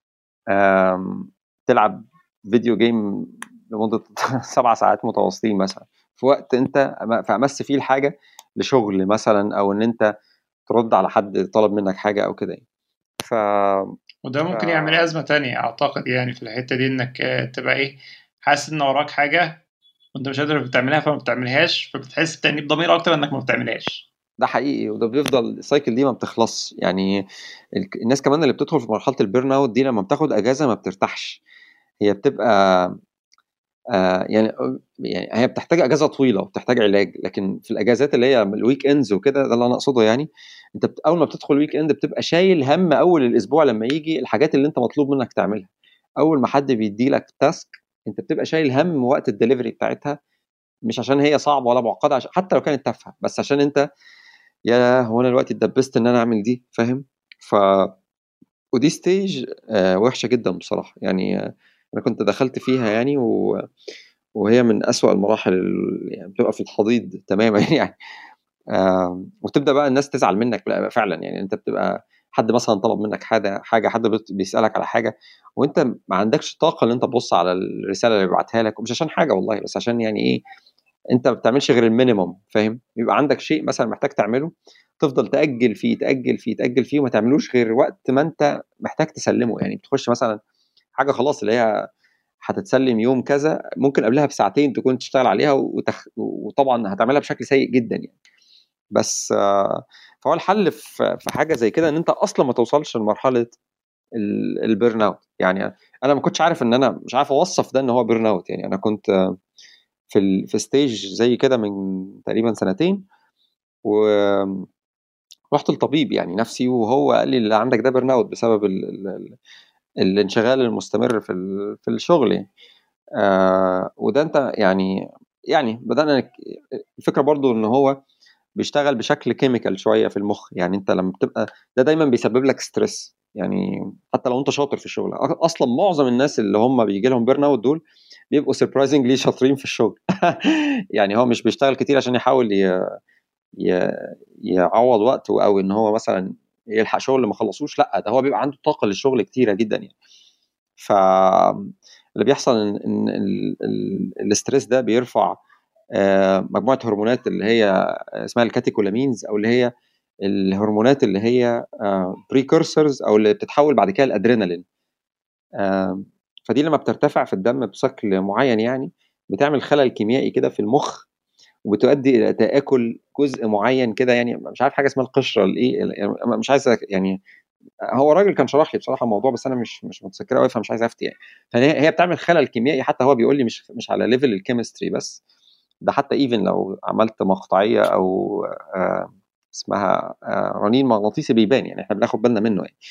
تلعب فيديو جيم لمده سبع ساعات متواصلين مثلا، في وقت انت فامس فيه الحاجه لشغل مثلا، او ان انت ترد على حد طلب منك حاجه او كده. ف
وده ممكن ف... يعمل ازمه تانية اعتقد، يعني في الحته دي انك تبقى ايه، حاسس ان وراك حاجه وانت مش قادر بتعملها فما بتعملهاش، فبتحس بتأنيب ضمير اكتر انك ما بتعملهاش.
ده حقيقي، وده بيفضل السايكل دي ما بتخلص. يعني الناس كمان اللي بتدخل في مرحله البيرن اوت دي لما بتاخد اجازه ما بترتاحش. هي بتبقى آه يعني يعني هي بتحتاج اجازه طويله وبتحتاج علاج، لكن في الاجازات اللي هي الويك اندز وكده، ده اللي انا اقصده. يعني انت بت... اول ما بتدخل الويك اند بتبقى شايل هم اول الاسبوع لما يجي الحاجات اللي انت مطلوب منك تعملها. اول ما حد بيدي لك تاسك انت بتبقى شايل هم وقت الدليفري بتاعتها، مش عشان هي صعبه ولا معقده، عشان حتى لو كانت تافهه، بس عشان انت يا هو انا دلوقتي اتدبست ان انا اعمل دي، فاهم؟ ف ودي ستيج آه وحشه جدا بصراحه. يعني آه انا كنت دخلت فيها يعني و... وهي من أسوأ المراحل ال... يعني بتبقى في الحضيض تماما يعني. آه وتبدا بقى الناس تزعل منك فعلا. يعني انت بتبقى حد مثلا طلب منك حاجه حاجه حد بيسالك على حاجه وانت ما عندكش طاقه ان انت تبص على الرساله اللي بيبعتها لك، ومش عشان حاجه والله، بس عشان يعني ايه، انت ما بتعملش غير المينيمم، فاهم؟ يبقى عندك شيء مثلا محتاج تعمله، تفضل تاجل فيه تاجل فيه تاجل فيه وما تعملوش غير وقت ما انت محتاج تسلمه. يعني بتخش مثلا حاجه خلاص اللي هي هتتسلم يوم كذا، ممكن قبلها بساعتين تكون تشتغل عليها وتخ... وطبعا هتعملها بشكل سيء جدا يعني. بس فهو الحل في حاجه زي كده ان انت اصلا ما توصلش لمرحله البيرن اوت. يعني انا ما كنتش عارف ان انا مش عارف اوصف ده ان هو بيرن اوت. يعني انا كنت في ال... في ستيج زي كده من تقريبا سنتين، ورحت للطبيب يعني نفسي، وهو قال لي اللي عندك ده بيرن اوت بسبب ال... ال... الانشغال المستمر في ال... في الشغل يعني. آه وده انت يعني يعني بدأنا الفكرة برضو ان هو بيشتغل بشكل كيميكال شوية في المخ. يعني انت لما بتبقى ده دايما بيسبب لك ستريس، يعني حتى لو انت شاطر في الشغل. اصلا معظم الناس اللي هم بيجي لهم بيرن اوت دول بيبقوا سربرايزنجلي شاطرين في الشغل. يعني هو مش بيشتغل كتير عشان يحاول ي... ي... يعوض وقته او ان هو مثلا يلحق شغل ما خلصوش، لا ده هو بيبقى عنده طاقة للشغل كتيرة جدا يعني. ف اللي بيحصل ان, إن الاسترس ده بيرفع مجموعه هرمونات اللي هي اسمها الكاتيكولامينز، او اللي هي الهرمونات اللي هي بريكورسرز او اللي بتتحول بعد كده الادرينالين. فدي لما بترتفع في الدم بشكل معين يعني بتعمل خلل كيميائي كده في المخ، وبتؤدي الى تآكل جزء معين كده. يعني مش عارف حاجه اسمها القشره الايه، مش عايز يعني، هو راجل كان شرح لي بصراحه الموضوع بس انا مش مش متذكره قوي فمش عايز افتي يعني. فهي هي بتعمل خلل كيميائي، حتى هو بيقول لي مش مش على ليفل الكيمستري بس، ده حتى ايفن لو عملت مقطعيه او آه اسمها آه رنين مغناطيسي بيبان، يعني احنا بناخد بالنا منه يعني.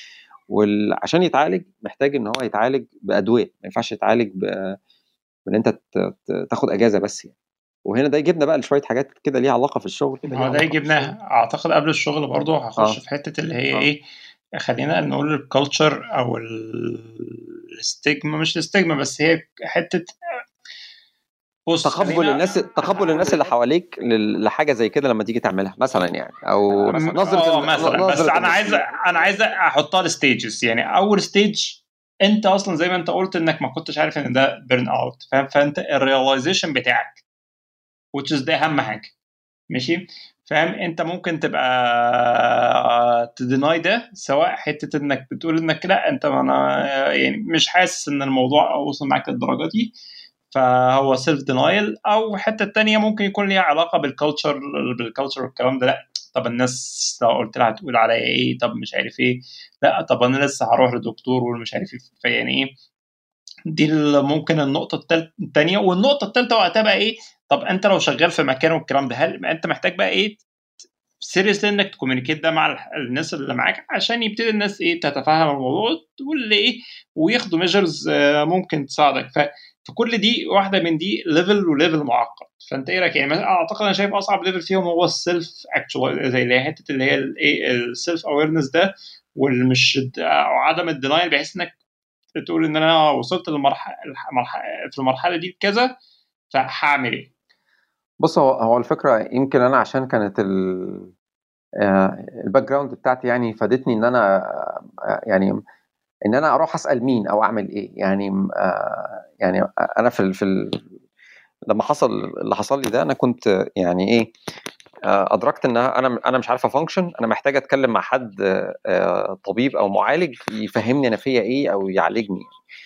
وعشان يتعالج محتاج ان هو يتعالج بادويه، ما ينفعش يتعالج بان انت تاخد اجازه بس يعني. وهنا ده يجيبنا بقى لشويه حاجات كده ليها علاقه في الشغل كده.
هو ده يجيبنا اعتقد قبل الشغل برضه هخش
آه.
في حته اللي هي
آه.
ايه، خلينا نقول الكالتشر او الستيجما، مش الستيجما بس هي حته
بص تقبل الناس، تقبل الناس اللي حواليك لحاجه زي كده لما تيجي تعملها مثلا يعني، او
نظره اه مثلا نظرة بس انا عايز انا عايز احطها لستيجز. يعني اول ستيج انت اصلا زي ما انت قلت انك ما كنتش عارف ان ده بيرن اوت، فانت الريلايزيشن بتاعك which is ده اهم حاجه، ماشي فاهم. انت ممكن تبقى تديناي ده، سواء حته انك بتقول انك لا انت انا يعني مش حاسس ان الموضوع وصل معاك للدرجه دي، فهو سيلف دينايل. او حته تانية ممكن يكون ليها علاقه بالكالتشر بالكالتشر والكلام ده، لا طب الناس لو قلت لها هتقول عليا ايه، طب مش عارف ايه، لا طب انا لسه هروح لدكتور ومش عارف ايه، فيعني ايه دي ممكن النقطه الثانيه. والنقطه الثالثه وقتها بقى ايه، طب انت لو شغال في مكان والكلام ده، هل انت محتاج بقى ايه سيريسلي انك تكومينيكيت ده مع الناس اللي معاك عشان يبتدي الناس ايه تتفهم الموضوع واللي ايه وياخدوا ميجرز ممكن تساعدك. فكل دي واحده من دي ليفل وليفل معقد. فانت ايه رايك؟ يعني اعتقد انا شايف اصعب ليفل فيهم هو السيلف اكتوال، زي اللي هي حته اللي هي الايه السيلف اويرنس ده، والمش او عدم الدينايل، بحيث انك تقول ان انا وصلت للمرحله في المرحله دي بكذا فهعمل ايه.
بص هو هو الفكره يمكن انا عشان كانت الباك جراوند بتاعتي يعني فادتني ان انا يعني ان انا اروح اسال مين او اعمل ايه يعني. يعني انا في في لما حصل اللي حصل لي ده انا كنت يعني ايه ادركت ان انا انا مش عارف افانكشن، انا محتاج اتكلم مع حد طبيب او معالج يفهمني انا فيا ايه او يعالجني.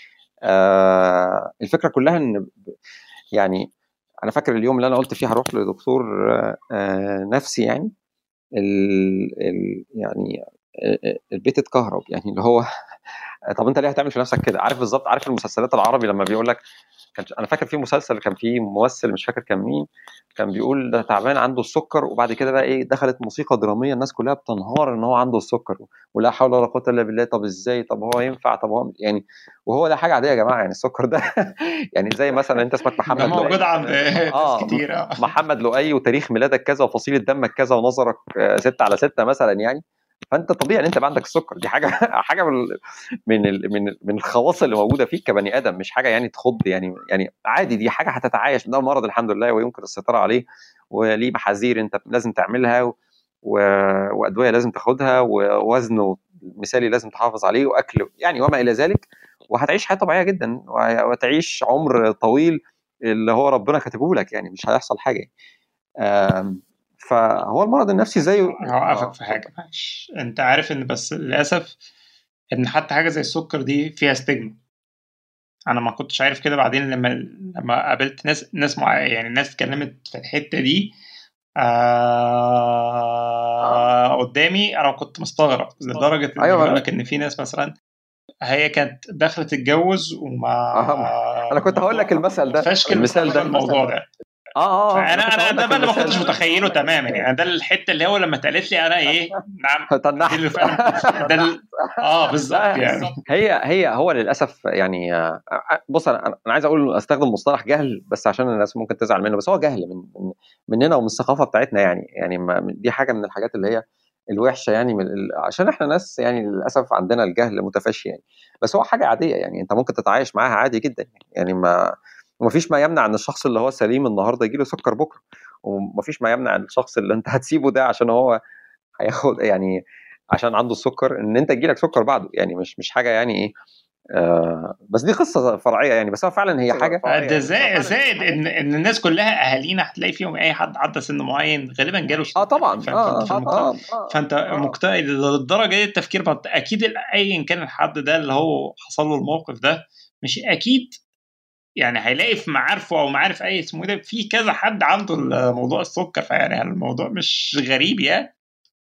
الفكره كلها ان يعني انا فاكر اليوم اللي انا قلت فيه هروح لدكتور نفسي يعني ال ال يعني البيت اتكهرب يعني اللي هو طب انت ليه هتعمل في نفسك كده؟ عارف بالظبط، عارف المسلسلات العربي لما بيقول لك كان انا فاكر في مسلسل كان فيه ممثل مش فاكر كان مين، كان بيقول ده تعبان عنده السكر، وبعد كده بقى ايه دخلت موسيقى دراميه الناس كلها بتنهار ان هو عنده السكر ولا حول ولا قوه الا بالله. طب ازاي؟ طب هو ينفع؟ طب هو يعني وهو ده حاجه عاديه يا جماعه يعني السكر ده يعني زي مثلا انت اسمك محمد
لؤي، موجود عند
ناس كتير محمد لؤي وتاريخ ميلادك كذا وفصيله دمك كذا ونظرك ستة على ستة مثلا يعني، فانت طبيعي ان انت عندك السكر. دي حاجه حاجه من من من من الخواص اللي موجوده فيك كبني ادم، مش حاجه يعني تخض يعني يعني عادي، دي حاجه هتتعايش، ده مرض الحمد لله ويمكن السيطره عليه وليه محاذير انت لازم تعملها و... وادويه لازم تاخدها ووزن مثالي لازم تحافظ عليه واكل يعني وما الى ذلك، وهتعيش حياه طبيعيه جدا وتعيش عمر طويل اللي هو ربنا كاتبه لك يعني مش هيحصل حاجه. فهو المرض النفسي زيه.
هوقفك في حاجه معلش، انت عارف ان بس للاسف ان حتى حاجه زي السكر دي فيها ستيجما. انا ما كنتش عارف كده بعدين لما لما قابلت ناس ناس مع يعني ناس اتكلمت في الحته دي آه قدامي، انا كنت مستغرب لدرجه ان أيوة بيقول لك ان في ناس مثلا هي كانت داخله تتجوز وما
آه. انا كنت هقول لك المثل ده
المثال ده الموضوع ده
اه اه
فانا انا ده بقى اللي ما كنتش متخيله تماما يعني. ده الحته اللي هو لما اتقالت لي انا ايه نعم دي اللي فعلا ده ال... اه بالظبط يعني.
هي هي هو للاسف يعني بص انا انا عايز اقول استخدم مصطلح جهل بس عشان الناس ممكن تزعل منه، بس هو جهل من مننا ومن الثقافه بتاعتنا يعني يعني دي حاجه من الحاجات اللي هي الوحشه يعني من ال... عشان احنا ناس يعني للاسف عندنا الجهل متفشي يعني، بس هو حاجه عاديه يعني انت ممكن تتعايش معاها عادي جدا يعني ما ومفيش ما يمنع ان الشخص اللي هو سليم النهارده يجي له سكر بكره، ومفيش ما يمنع ان الشخص اللي انت هتسيبه ده عشان هو هياخد يعني عشان عنده السكر ان انت يجي لك سكر بعده يعني مش مش حاجه يعني ايه آه بس دي قصه فرعيه يعني، بس هو فعلا هي حاجه
ده زائد زائد ان ان الناس كلها اهالينا هتلاقي فيهم اي حد عدى سن معين غالبا جاله
اه طبعا
ف...
آه
فانت
آه
آه آه فانت آه مقتنع للدرجه دي التفكير اكيد ايا كان الحد ده اللي هو حصل له الموقف ده مش اكيد يعني هيلاقي في معارفه او معارف اي اسمه ده في كذا حد عنده موضوع السكر، فيعني الموضوع مش غريب يعني.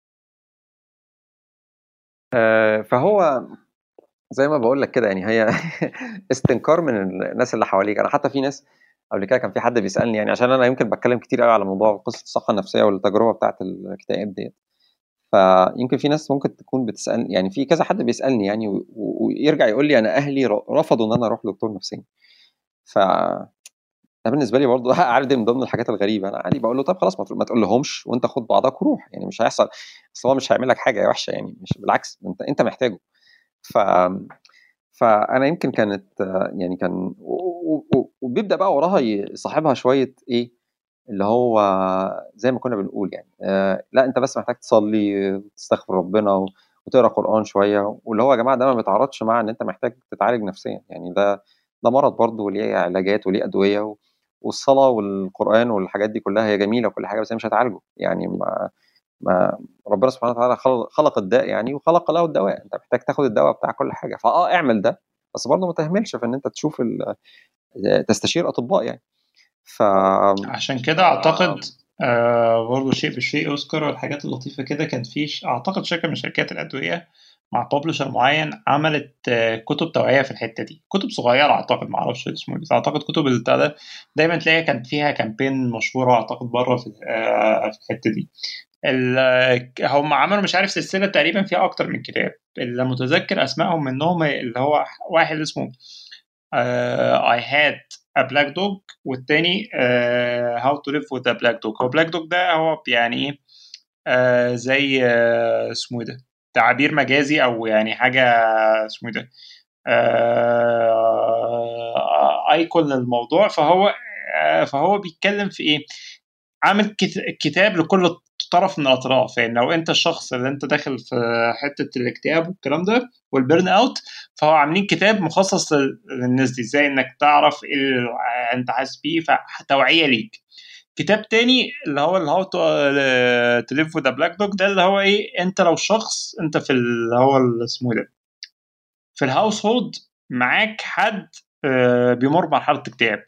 آه فهو زي ما بقول لك كده يعني هي استنكار من الناس اللي حواليك. انا حتى في ناس قبل كده كان في حد بيسالني يعني عشان انا يمكن بتكلم كتير قوي على موضوع قصه الصحه النفسيه والتجربه بتاعه الاكتئاب ديت، فيمكن في ناس ممكن تكون بتسال، يعني في كذا حد بيسالني يعني و- و- ويرجع يقول لي انا اهلي ر- رفضوا ان انا اروح لدكتور نفساني. ف ده بالنسبه لي برضه عارف دي من ضمن الحاجات الغريبه. انا عادي بقول له طب خلاص ما تقول- ما تقول لهمش وانت خد بعضك وروح، يعني مش هيحصل، اصل هو مش هيعمل لك حاجه وحشه يعني، مش بالعكس انت انت محتاجه. ف فانا يمكن كانت آه، يعني كان و- و- و- وبيبدا بقى وراها يصاحبها شويه ايه اللي هو زي ما كنا بنقول يعني آه لا انت بس محتاج تصلي وتستغفر ربنا و- وتقرا قران شويه، واللي هو يا جماعه ده ما بيتعارضش مع ان انت محتاج تتعالج نفسيا، يعني ده ده مرض برضه وليه علاجات وليه ادويه و- والصلاه والقران والحاجات دي كلها هي جميله وكل حاجه، بس هي مش هتعالجه يعني. ما ما ربنا سبحانه وتعالى خلق, خلق الداء يعني وخلق له الدواء، انت محتاج تاخد الدواء بتاع كل حاجه، فاه اعمل ده، بس برضه ما تهملش في ان انت تشوف ال- تستشير اطباء يعني. ف
عشان كده اعتقد آه برضه شيء بشيء يذكر الحاجات اللطيفه كده. كان في ش- اعتقد شركه من شركات الادويه مع ببلشر معين عملت آه كتب توعيه في الحته دي، كتب صغيره اعتقد، ما اعرفش اسمه إيه، بس اعتقد كتب البتاع ده دايما تلاقيها كانت فيها كامبين مشهوره اعتقد بره في آه في الحته دي. ال- آه، هم عملوا مش عارف سلسله تقريبا فيها اكتر من كتاب، اللي متذكر اسمائهم منهم اللي هو واحد اسمه آه I had a black dog، والتاني آه how to live with a black dog. هو black dog ده هو يعني ايه آه زي آه اسمه إيه ده، تعبير مجازي او يعني حاجه اسمه إيه ده آه ايكون للموضوع. فهو آه فهو بيتكلم في ايه، عامل كت- كتاب لكل طرف من الاطراف. يعني لو انت الشخص اللي انت داخل في حته الاكتئاب والكلام ده والبيرن اوت، فهو عاملين كتاب مخصص لل- للناس دي، ازاي انك تعرف ايه اللي انت حاسس بيه، فتوعيه ليك. كتاب تاني اللي هو اللي هو تليف وذ بلاك دوج ده، اللي هو ايه، انت لو شخص انت في اللي هو اللي اسمه ده في الهاوس هولد معاك حد آه، بيمر بمرحله اكتئاب،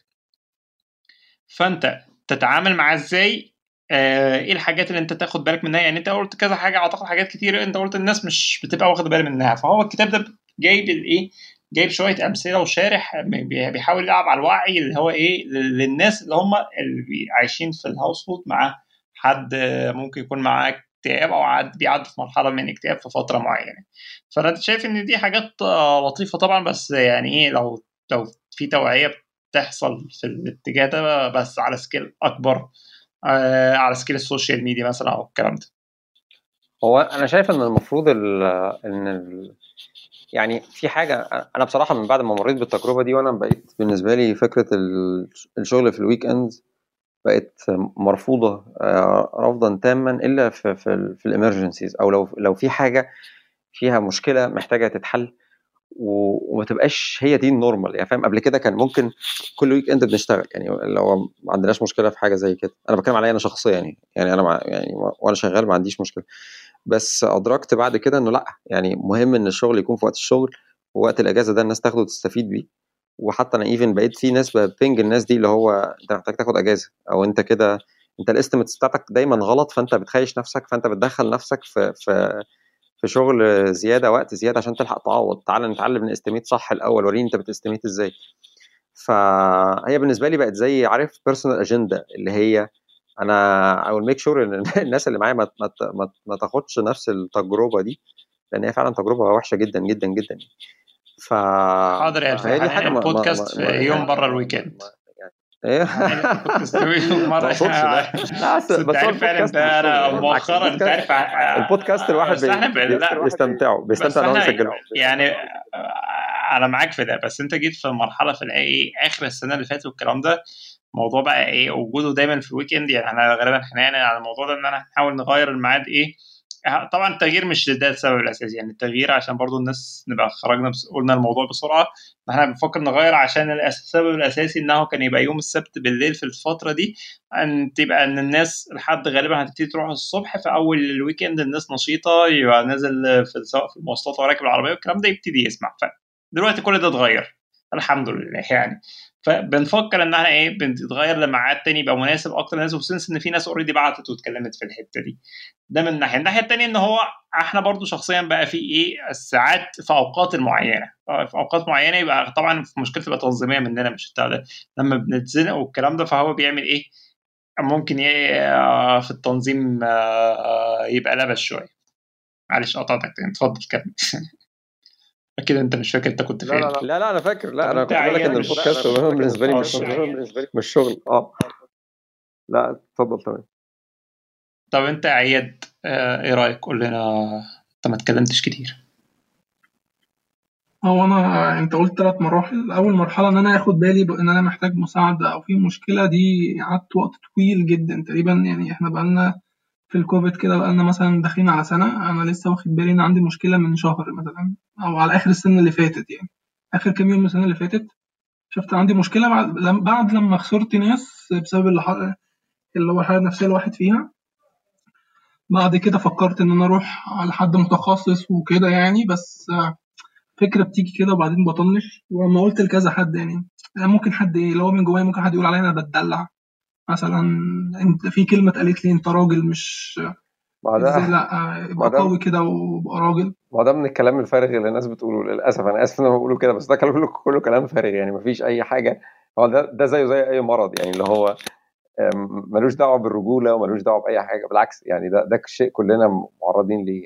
فانت تتعامل معاه ازاي، آه، ايه الحاجات اللي انت تاخد بالك منها. يعني انت قلت كذا حاجه، اعتقد حاجات كتير انت قلت الناس مش بتبقى واخده بالها منها. فهو الكتاب ده جايب الايه، جايب شويه امثله وشارح بي- بيحاول يلعب على الوعي اللي هو ايه لل- للناس اللي هم اللي بي- عايشين في الهاوس هولد مع حد آه، ممكن يكون معاه اكتئاب او عاد بيعدي في مرحله من اكتئاب في فتره معينه. فانا شايف ان دي حاجات آه، لطيفه طبعا، بس يعني ايه لو لو في توعيه تحصل في الاتجاه ده بس على سكيل اكبر، آه على سكيل السوشيال ميديا مثلا او الكلام ده.
هو انا شايف ان المفروض ال ان ال يعني في حاجه، انا بصراحه من بعد ما مريت بالتجربه دي وانا بقيت بالنسبه لي فكره ال- الشغل في الويك اند بقت مرفوضه آه، رفضا تاما، الا في في, ال- في الامرجنسيز، او لو لو في حاجه فيها مشكله محتاجه تتحل و- وما تبقاش هي دي النورمال يعني. فاهم؟ قبل كده كان ممكن كل ويك اند بنشتغل يعني لو ما عندناش مشكله في حاجه زي كده. انا بتكلم عليا انا شخصيا يعني يعني انا مع يعني وانا شغال ما عنديش مشكله، بس ادركت بعد كده انه لا، يعني مهم ان الشغل يكون في وقت الشغل، ووقت الاجازه ده الناس تاخده وتستفيد بيه. وحتى انا ايفن بقيت في ناس ببنج الناس دي اللي هو انت محتاج تاخد اجازه، او انت كده انت الاستيميتس بتاعتك دايما غلط، فانت بتخيش نفسك، فانت بتدخل نفسك في في في شغل زياده، وقت زياده عشان تلحق تعوض. تعال نتعلم نستيميت صح الاول، وريني انت بتستيميت ازاي. فهي بالنسبه لي بقت زي عارف بيرسونال اجندا، اللي هي انا I will make sure ان الناس اللي معايا ما ما ما ما تاخدش نفس التجربه دي، لان هي فعلا تجربه وحشه جدا جدا جدا. ف
حاضر يا
فهي دي حاجه
هننقل
ما ما
البودكاست
ما,
في
ما
يوم
يعني
بره الويكند،
يعني ايه
هننقل البودكاست في يوم
ما
مره.
اقصدش لا لا، بس,
بس انت
بس هو
عارف فعلا
البودكاست
ده،
للشغل
انا
يعني بالعكس.
مؤخرا انت
البودكاست
عارف ع-
البودكاست الواحد
بس
بي
احنا ب- لا
بيستمتعوا
بس
بيستمتع ان هو
احنا
يسجله
يعني انا معاك في ده. بس انت جيت في مرحله في الايه اخر السنه اللي فاتت والكلام ده، الموضوع بقى ايه وجوده دايما في الويك اند. يعني احنا غالبا هنعلن على الموضوع ده ان انا هنحاول نغير الميعاد ايه. طبعا التغيير مش ده السبب الاساسي، يعني التغيير عشان برضو الناس نبقى خرجنا بس قلنا الموضوع بسرعه. احنا بنفكر نغير عشان الأس- السبب الاساسي انه كان يبقى يوم السبت بالليل في الفتره دي، ان تبقى ان الناس لحد غالبا هتبتدي تروح الصبح في اول الويك اند، الناس نشيطه، يبقى نازل في سواء في المواصلات او راكب العربيه والكلام ده يبتدي يسمع. فدلوقتي كل ده اتغير الحمد لله يعني. فبنفكر ان احنا ايه بنتغير لميعاد تاني يبقى مناسب اكتر للناس، وسنس ان في ناس اوريدي بعتت واتكلمت في الحته دي. ده من ناحيه. الناحيه التانيه ان هو احنا برضو شخصيا بقى في ايه الساعات في اوقات معينه، في اوقات معينه يبقى طبعا في مشكله تبقى تنظيميه مننا مش بتاع ده، لما بنتزنق والكلام ده. فهو بيعمل ايه ممكن ي- في التنظيم آه، يبقى لبس شويه. معلش قطعتك تاني، اتفضل كمل. اكيد انت مش فاكر انت كنت
لا
فين.
لا لا لا, لا انا فاكر. لا
طب
انا
انت
كنت بقول لك ان
عيان مش
البودكاست مهم بالنسبه لي،
اه
مش
مش عيان.
مش شغل. اه لا اتفضل. تمام.
طب انت عياد، آه، ايه رايك؟ قول لنا، انت ما اتكلمتش كتير.
هو انا انت قلت ثلاث مراحل. اول مرحله ان انا اخد بالي بان انا محتاج مساعده او في مشكله، دي قعدت وقت طويل جدا تقريبا. يعني احنا بقالنا في الكوفيد كده بقالنا مثلا داخلين على سنه، انا لسه واخد بالي ان عندي مشكله من شهر مثلا، او على اخر السنه اللي فاتت، يعني اخر كام يوم من السنه اللي فاتت شفت عندي مشكله بعد لم- بعد لما خسرت ناس بسبب اللي ح- اللي هو الحاله النفسيه الواحد فيها. بعد كده فكرت ان انا اروح على حد متخصص وكده يعني، بس فكرة بتيجي كده وبعدين بطنش. ولما قلت لكذا حد يعني ممكن حد ايه اللي هو من جوايا، ممكن حد يقول عليا انا بتدلع مثلا. انت في كلمة اتقالت لي انت راجل، مش
ما
ازاي؟
ده
لا
ما
ابقى
ده
قوي كده وابقى راجل.
ما ده من الكلام الفارغ اللي الناس بتقوله. للاسف انا اسف ان انا بقوله كده، بس ده كله كله كلام فارغ يعني. مفيش اي حاجه. هو ده ده زيه زي اي مرض يعني، اللي هو أم، ملوش دعوه بالرجوله وملوش دعوه باي حاجه. بالعكس يعني، ده ده شيء كلنا معرضين ليه.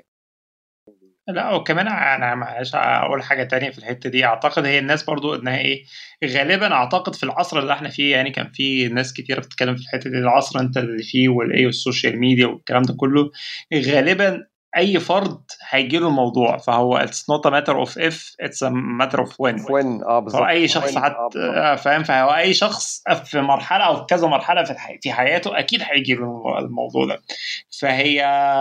لا وكمان انا معلش اقول حاجه تانية في الحته دي. اعتقد هي الناس برضو انها ايه، غالبا اعتقد في العصر اللي احنا فيه، يعني كان في ناس كتيره بتتكلم في الحته دي، العصر انت اللي فيه والايه والسوشيال ميديا والكلام ده كله، غالبا اي فرد هيجي له الموضوع. فهو it's not a matter of if, it's a matter of when.
وين اه
فهو
بالظبط.
اي شخص حت آه، فاهم. فهو اي شخص في مرحله او في كذا مرحله في الحي... في حياته اكيد هيجي له الموضوع ده. فهي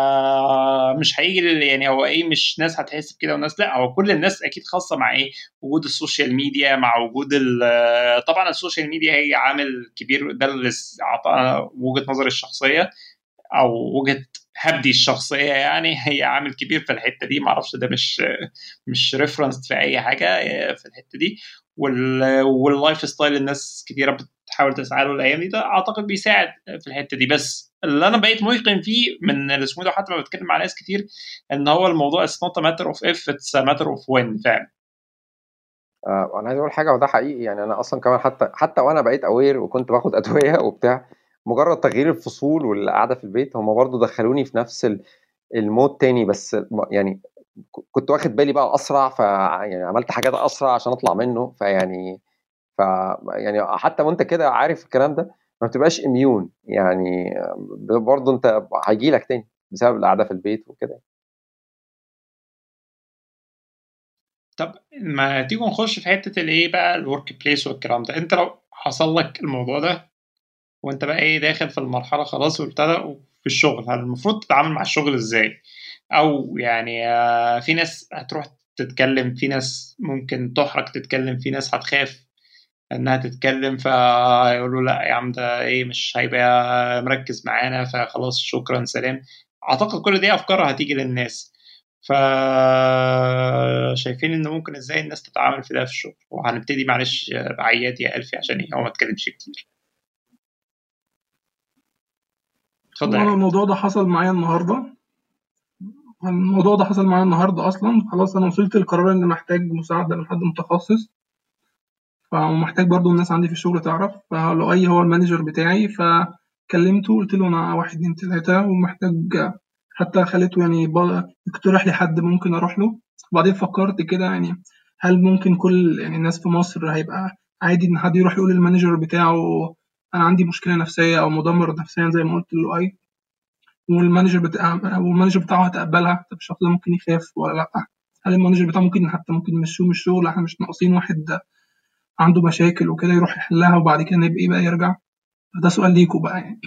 مش هيجي يعني هو ايه، مش ناس هتحس بكده وناس لا. هو كل الناس اكيد خاصه مع ايه، وجود السوشيال ميديا، مع وجود ال- طبعا السوشيال ميديا هي عامل كبير. ده اللي اعطانا وجهه نظري الشخصيه او وجهه هبدي الشخصيه، يعني هي عامل كبير في الحته دي. معرفش ده مش مش ريفرنس في اي حاجه في الحته دي. وال واللايف ستايل الناس كتيره بتحاول تسعى له الايام دي، ده اعتقد بيساعد في الحته دي. بس اللي انا بقيت موقن فيه من الاسمه ده، حتى لما بتكلم مع ناس كتير، ان هو الموضوع it's not a matter of if, it's a matter of when فعلا.
آه انا عايز اقول حاجه، وده حقيقي يعني. انا اصلا كمان حتى حتى وانا بقيت اوير وكنت باخد ادويه وبتاع، مجرد تغيير الفصول والقعده في البيت هم برضو دخلوني في نفس ال- المود تاني. بس م- يعني ك- كنت واخد بالي بقى اسرع، ف يعني عملت حاجات اسرع عشان اطلع منه. فيعني ف يعني حتى وانت كده عارف الكلام ده، ما بتبقاش اميون يعني. برضو انت هيجي لك تاني بسبب القعده في البيت وكده.
طب ما تيجوا نخش في حته الايه بقى، الورك بليس والكلام ده. انت لو حصل لك الموضوع ده وانت بقى ايه داخل في المرحله خلاص وابتدى في الشغل، هل المفروض تتعامل مع الشغل ازاي؟ او يعني آه، في ناس هتروح تتكلم، في ناس ممكن تحرج تتكلم، في ناس هتخاف انها تتكلم فيقولوا لا يا عم ده ايه مش هيبقى مركز معانا فخلاص شكرا سلام. اعتقد كل دي افكار هتيجي للناس. فشايفين ان ممكن ازاي الناس تتعامل في ده في الشغل؟ وهنبتدي معلش بعياد يا الفي عشان ايه هو ما اتكلمش كتير. اتفضل يا
وانا
عياد.
الموضوع ده حصل معايا النهارده. الموضوع ده حصل معايا النهارده اصلا. خلاص انا وصلت للقرار ان محتاج مساعده من حد متخصص، فمحتاج برضو الناس عندي في الشغل تعرف. فلو اي هو المانجر بتاعي، فكلمته قلت له انا واحد اتنين تلاته ومحتاج، حتى خليته يعني ب- يقترح لي حد ممكن اروح له. وبعدين فكرت كده يعني، هل ممكن كل يعني الناس في مصر هيبقى عادي ان حد يروح يقول للمانجر بتاعه انا عندي مشكله نفسيه او مدمر نفسيا زي ما قلت له اي، والمانجر بتاع والمانجر بتاعه هتقبلها؟ طب الشخص ده ممكن يخاف ولا لا؟ هل المانجر بتاعه ممكن حتى ممكن يمشوه من الشغل؟ احنا مش ناقصين واحد عنده مشاكل وكده يروح يحلها وبعد كده نبقى ايه بقى يرجع. ده سؤال ليكوا بقى يعني.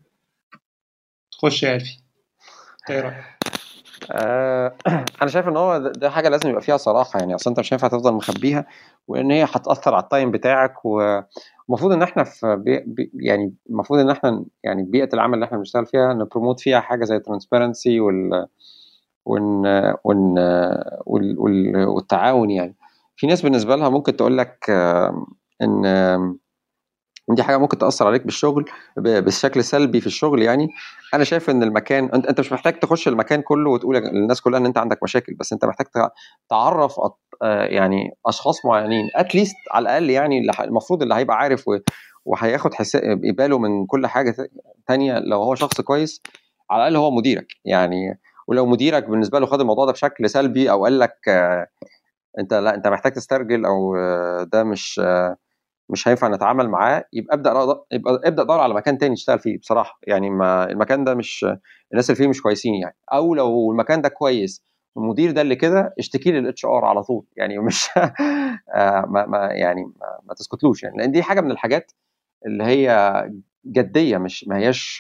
خش يا الفي، ايه رايك؟
آه انا شايف ان هو ده ده حاجه لازم يبقى فيها صراحه يعني. اصل انت مش هينفع تفضل مخبيها، وان هي هتاثر على التايم بتاعك. ومفروض ان احنا في بي بي يعني المفروض ان احنا يعني بيئه العمل اللي احنا بنشتغل فيها نبروموت فيها حاجه زي الترانسبيرنسي وال وال وال وال وال والتعاون يعني. في ناس بالنسبه لها ممكن تقول لك آه، ان آه، دي حاجه ممكن تاثر عليك بالشغل ب- بالشكل سلبي في الشغل يعني. انا شايف ان المكان، انت انت مش محتاج تخش المكان كله وتقول للناس كلها ان انت عندك مشاكل، بس انت محتاج تع- تعرف أط- آه، يعني اشخاص معينين اتليست على الاقل يعني، اللي ح- المفروض اللي هيبقى عارف و- وهياخد حساب باله من كل حاجه ت- تانية. لو هو شخص كويس على الاقل هو مديرك يعني. ولو مديرك بالنسبه له خد الموضوع ده بشكل سلبي او قال لك آه انت لا انت محتاج تسترجل او آه ده مش آه مش هينفع نتعامل معاه، يبقى ابدا يبقى ابدا دور على مكان تاني تشتغل فيه بصراحه. يعني ما المكان ده مش الناس اللي فيه مش كويسين يعني، او لو المكان ده كويس المدير ده اللي كده اشتكي لي الاتش ار على طول يعني، مش ما ما يعني ما, ما تسكتلوش يعني، لان دي حاجه من الحاجات اللي هي جديه، مش ما هياش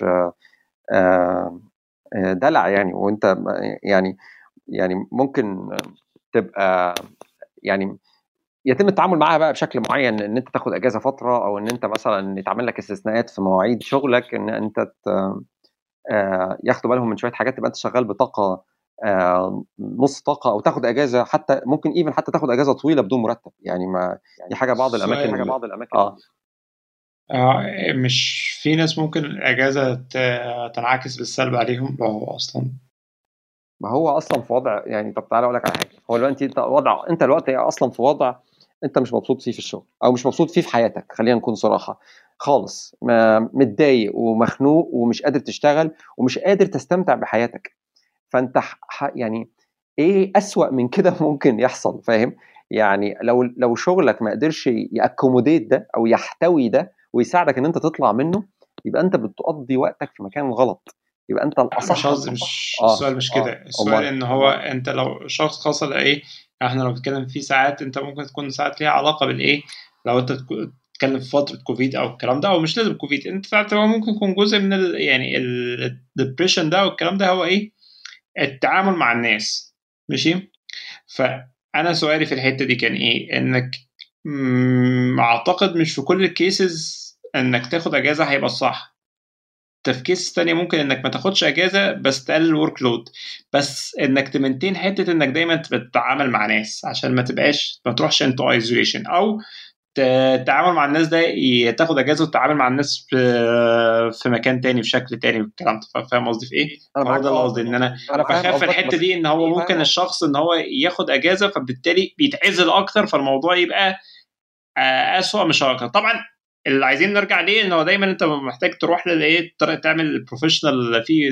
دلع يعني. وانت يعني يعني ممكن تبقى يعني يتم التعامل معاها بقى بشكل معين، ان انت تاخد اجازه فتره، او ان انت مثلا يتعمل لك استثناءات في مواعيد شغلك، ان انت ياخدوا بالهم من شويه حاجات، تبقى انت شغال بطاقه نص طاقه، او تاخد اجازه حتى ممكن ايفن حتى تاخد اجازه طويله بدون مرتب يعني. ما دي حاجه بعض الاماكن
حاجه
بعض الاماكن اه
آه مش في ناس ممكن الاجازه تنعكس بالسلب عليهم لو هو اصلا
ما هو اصلا في وضع يعني. طب تعالى اقول لك على حاجه، هو دلوقتي انت وضع انت الوقت اصلا في وضع انت مش مبسوط فيه في الشغل، او مش مبسوط فيه في حياتك، خلينا نكون صراحه خالص، متضايق ومخنوق ومش قادر تشتغل ومش قادر تستمتع بحياتك. فانت يعني ايه اسوأ من كده ممكن يحصل؟ فاهم يعني؟ لو لو شغلك ما قدرش ياكوموديت ده او يحتوي ده ويساعدك ان انت تطلع منه، يبقى انت بتقضي وقتك في مكان غلط. يبقى انت الاصح
مش قصدي مش
آه.
السؤال مش كده.
آه.
السؤال
أمال.
ان هو
أمال.
انت لو شخص حصل ايه، احنا لو بنتكلم في ساعات انت ممكن تكون ساعات ليها علاقه بالايه، لو انت تتكلم في فتره كوفيد او الكلام ده، او مش لازم كوفيد، انت ساعات هو ممكن يكون جزء من ال يعني الدبريشن ده والكلام ده، هو ايه التعامل مع الناس. ماشي. فانا سؤالي في الحته دي كان ايه، انك اعتقد مش في كل الكيسز انك تاخد اجازه هيبقى الصح. تفكيس تانية ممكن انك ما تاخدش اجازه بس تقلل الورك لود، بس انك تمنتين حته انك دايما تتعامل مع ناس عشان ما تبقاش ما تروحش انتو ايزوليشن، او التعامل مع الناس ده تاخد اجازه وتتعامل مع الناس في في مكان تاني بشكل تاني والكلام ده. فاهم قصدي في ايه؟ هو ده اللي قصدي، ان انا بخاف في الحته دي ان هو ممكن الشخص ان هو ياخد اجازه فبالتالي بيتعزل اكتر، فالموضوع يبقى اسوأ مش اكتر. طبعا اللي عايزين نرجع ليه ان هو دايما انت محتاج تروح للايه، تعمل بروفيشنال في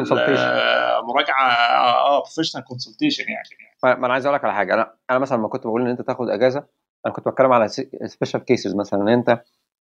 مراجعه اه بروفيشنال كونسلتيشن يعني.
ما انا عايز اقول لك على حاجه، انا انا مثلا لما كنت بقول ان انت تاخد اجازه، انا كنت بتكلم على سبيشال كيسز، مثلا ان انت